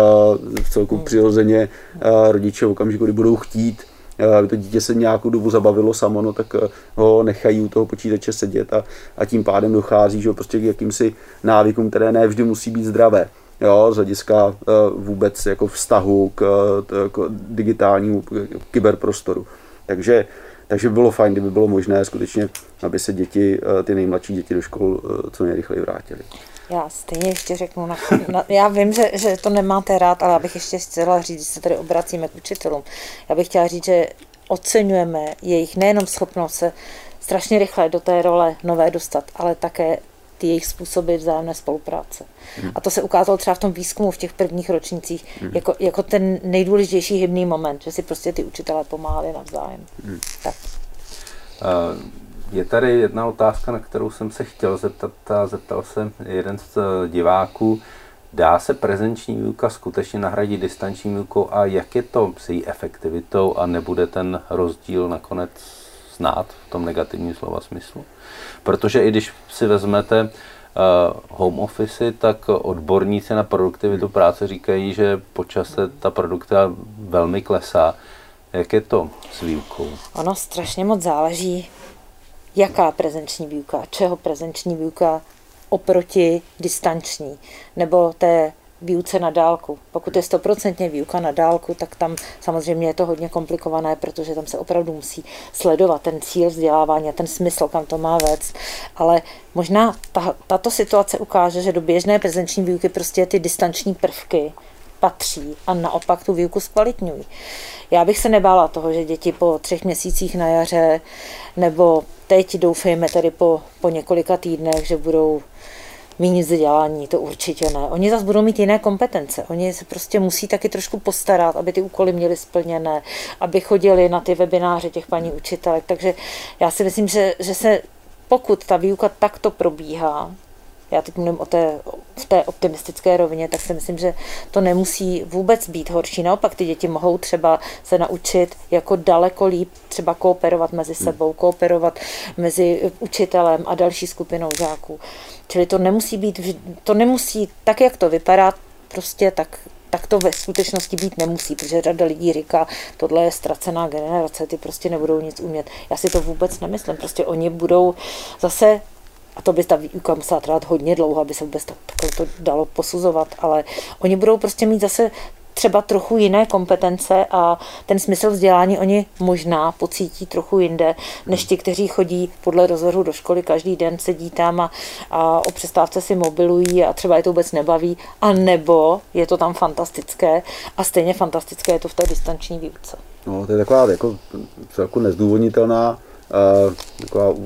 v celku přirozeně rodiče v okamžiku, kdy budou chtít, aby to dítě se nějakou dobu zabavilo samo, no, tak ho nechají u toho počítače sedět a, a tím pádem dochází, že prostě k jakýmsi návykům, které ne vždy musí být zdravé. Jo, z hlediska uh, vůbec jako vztahu k, k digitálnímu k kyberprostoru. Takže, takže by bylo fajn, kdyby bylo možné skutečně, aby se děti, uh, ty nejmladší děti do škol uh, co nejrychleji vrátily. Já stejně ještě řeknu, na, na, já vím, že, že to nemáte rád, ale já bych ještě chtěla říct, že se tady obracíme k učitelům. Já bych chtěla říct, že oceňujeme jejich nejenom schopnost se strašně rychle do té role nové dostat, ale také ty jejich způsoby vzájemné spolupráce. Hmm. A to se ukázalo třeba v tom výzkumu v těch prvních ročnících hmm. jako, jako ten nejdůležitější hybný moment, že si prostě ty učitelé pomáhali navzájem. Hmm. Tak. Uh, je tady jedna otázka, na kterou jsem se chtěl zeptat a zeptal se jeden z diváků. Dá se prezenční výuka skutečně nahradit distanční výukou a jak je to s její efektivitou a nebude ten rozdíl nakonec znát v tom negativním slova smyslu? Protože i když si vezmete uh, home office, tak odborníci na produktivitu práce říkají, že po čase ta produktivita velmi klesá. Jak je to s výukou? Ono strašně moc záleží, jaká prezenční výuka, čeho prezenční výuka oproti distanční, nebo té výuce na dálku. Pokud je stoprocentně výuka na dálku, tak tam samozřejmě je to hodně komplikované, protože tam se opravdu musí sledovat ten cíl vzdělávání a ten smysl, kam to má vést. Ale možná ta, tato situace ukáže, že do běžné prezenční výuky prostě ty distanční prvky patří a naopak tu výuku zkvalitňují. Já bych se nebála toho, že děti po třech měsících na jaře nebo teď doufejme tedy po, po několika týdnech, že budou méně vzdělání, to určitě ne. Oni zase budou mít jiné kompetence. Oni se prostě musí taky trošku postarat, aby ty úkoly měly splněné, aby chodili na ty webináře těch paní učitelek. Takže já si myslím, že, že se, pokud ta výuka takto probíhá, já teď mluvím o té, v té optimistické rovině, tak si myslím, že to nemusí vůbec být horší. Naopak ty děti mohou třeba se naučit jako daleko líp třeba kooperovat mezi sebou, kooperovat mezi učitelem a další skupinou žáků. Čili to nemusí být, to nemusí, tak jak to vypadá, prostě tak, tak to ve skutečnosti být nemusí, protože řada lidí říká, tohle je ztracená generace, ty prostě nebudou nic umět. Já si to vůbec nemyslím, prostě oni budou zase. A to by ta výuka musela trvat hodně dlouho, aby se vůbec takhle to dalo posuzovat, ale oni budou prostě mít zase třeba trochu jiné kompetence a ten smysl vzdělání oni možná pocítí trochu jinde, než ti, kteří chodí podle rozvrhu do školy každý den, sedí tam a, a o přestávce si mobilují a třeba je to vůbec nebaví, a nebo je to tam fantastické a stejně fantastické je to v té distanční výuce. No, to je taková jako, jako nezdůvodnitelná Uh, taková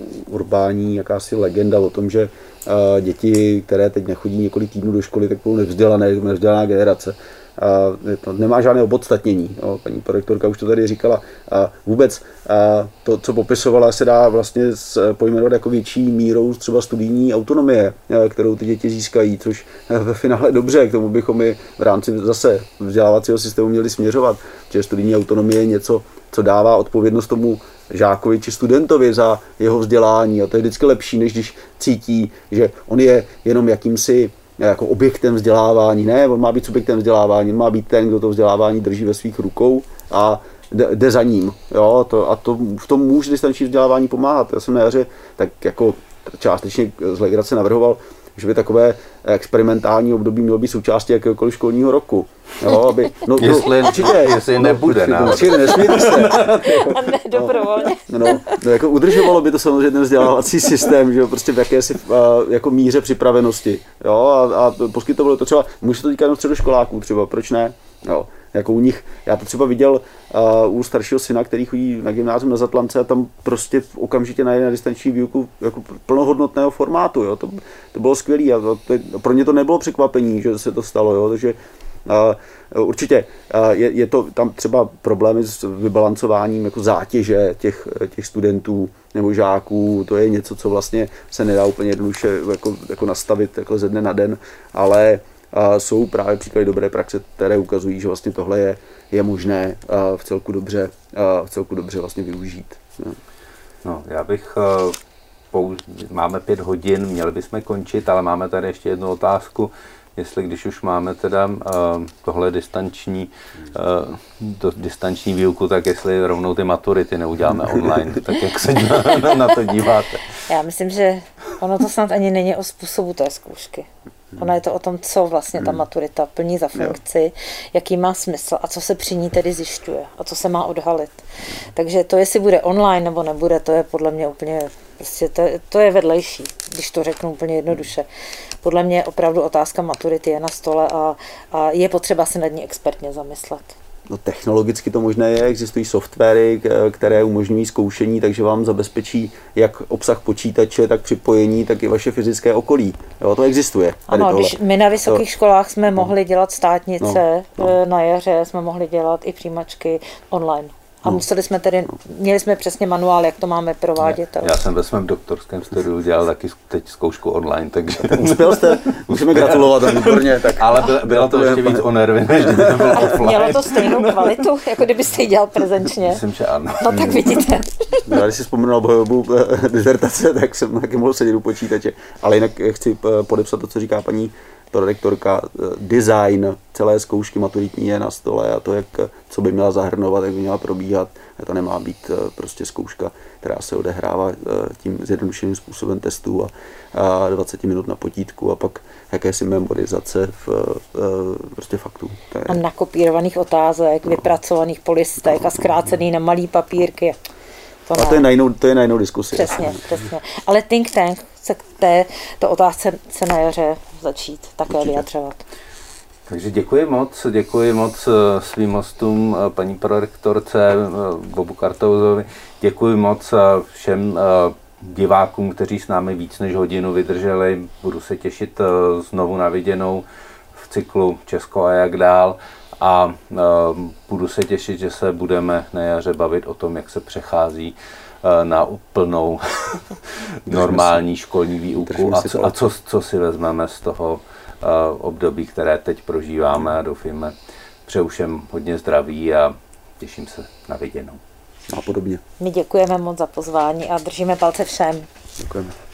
urbání jakási legenda o tom, že uh, děti, které teď nechodí několik týdnů do školy, tak budou nevzdělané, nevzdělaná generace. Uh, to nemá žádné opodstatnění. No, paní prorektorka už to tady říkala. Uh, vůbec uh, to, co popisovala, se dá vlastně pojmenovat jako větší mírou třeba studijní autonomie, uh, kterou ty děti získají, což uh, ve finále dobře, k tomu bychom i v rámci zase vzdělávacího systému měli směřovat, že studijní autonomie je něco, co dává odpovědnost tomu žákovi či studentovi za jeho vzdělání, a to je vždycky lepší, než když cítí, že on je jenom jakýmsi jako objektem vzdělávání. Ne, on má být subjektem vzdělávání, on má být ten, kdo to vzdělávání drží ve svých rukou a jde za ním. Jo, to, a to, v tom může distanční vzdělávání pomáhat. Já jsem na jaře tak jako částečně z legrace navrhoval, že by takové experimentální období mělo být součástí jakéhokoliv školního roku. Jo, aby, no, jestli, no, určitě, jestli nebude. No, určitě, nesmíte se. A ne, dobrovolně. No, no, no, jako udržovalo by to samozřejmě ten vzdělávací systém, že jo, prostě v jakési jako míře připravenosti. Jo, a, a poskytovalo to třeba, může to týkat jenom středoškoláků třeba, proč ne? Jo. Jako u nich, já to třeba viděl uh, u staršího syna, který chodí na gymnázium na Zatlance a tam prostě okamžitě najde na distanční výuku jako plnohodnotného formátu, jo. To, to bylo skvělé a to, to, pro ně to nebylo překvapení, že se to stalo, jo. Takže uh, určitě uh, je, je to tam třeba problémy s vybalancováním jako zátěže těch, těch studentů nebo žáků, to je něco, co vlastně se nedá úplně jednoduše jako, jako nastavit jako ze dne na den, ale a jsou právě příklady dobré praxe, které ukazují, že vlastně tohle je, je možné v celku dobře, v celku dobře vlastně využít. No, já bych, použ... máme pět hodin, měli bychom končit, ale máme tady ještě jednu otázku, jestli když už máme teda tohle distanční, to distanční výuku, tak jestli rovnou ty maturity neuděláme online, tak jak se na to díváte? Já myslím, že ono to snad ani není o způsobu té zkoušky. Ono je to o tom, co vlastně ta maturita plní za funkci, jaký má smysl a co se při ní tedy zjišťuje a co se má odhalit. Takže to, jestli bude online nebo nebude, to je podle mě úplně, prostě to, to je vedlejší, když to řeknu úplně jednoduše. Podle mě opravdu otázka maturity je na stole a, a je potřeba se nad ní expertně zamyslet. No, technologicky to možné je, existují softwary, které umožňují zkoušení, takže vám zabezpečí jak obsah počítače, tak připojení, tak i vaše fyzické okolí. Jo, to existuje. Ano, když my na vysokých to... školách jsme no. mohli dělat státnice, no. No. na jaře jsme mohli dělat i přijímačky online. A no. museli jsme tedy, měli jsme přesně manuál, jak to máme provádět. Já, já jsem ve svém doktorském studiu dělal taky teď zkoušku online, takže... Uspěl jste? Můžeme gratulovat, výborně. Tak... Ale bylo, bylo to ještě víc o nervy, než kdyby to bylo offline. Mělo to stejnou kvalitu, jako kdybyste ji dělal prezenčně? Myslím, že ano. No tak vidíte. Já když si vzpomínal obhajobu dizertace, tak jsem taky mohl sedět u počítače. Ale jinak chci podepsat to, co říká paní prorektorka, design celé zkoušky maturitní je na stole a to, jak, co by měla zahrnovat, jak by měla probíhat. To nemá být prostě zkouška, která se odehrává tím zjednodušeným způsobem testů a dvacet minut na potítku a pak jakési memorizace v, prostě faktů. Je... A nakopírovaných otázek, no. vypracovaných po listech a zkrácený na malý papírky. To a to je, na jinou, to je na jinou diskusi. Přesně, přesně. Ale think tank se k té to otázce se na jaře začít také Určitě. vyjadřovat. Takže děkuji moc, děkuji moc svým hostům, paní prorektorce Bobu Kartouzovi, děkuji moc všem divákům, kteří s námi víc než hodinu vydrželi. Budu se těšit znovu na viděnou v cyklu Česko a jak dál. A uh, budu se těšit, že se budeme na jaře bavit o tom, jak se přechází uh, na úplnou normální školní výuku a, co, a co, co si vezmeme z toho uh, období, které teď prožíváme a doufíme, přeju všem hodně zdraví a těším se na viděnou. A podobně. My děkujeme moc za pozvání a držíme palce všem. Děkujeme.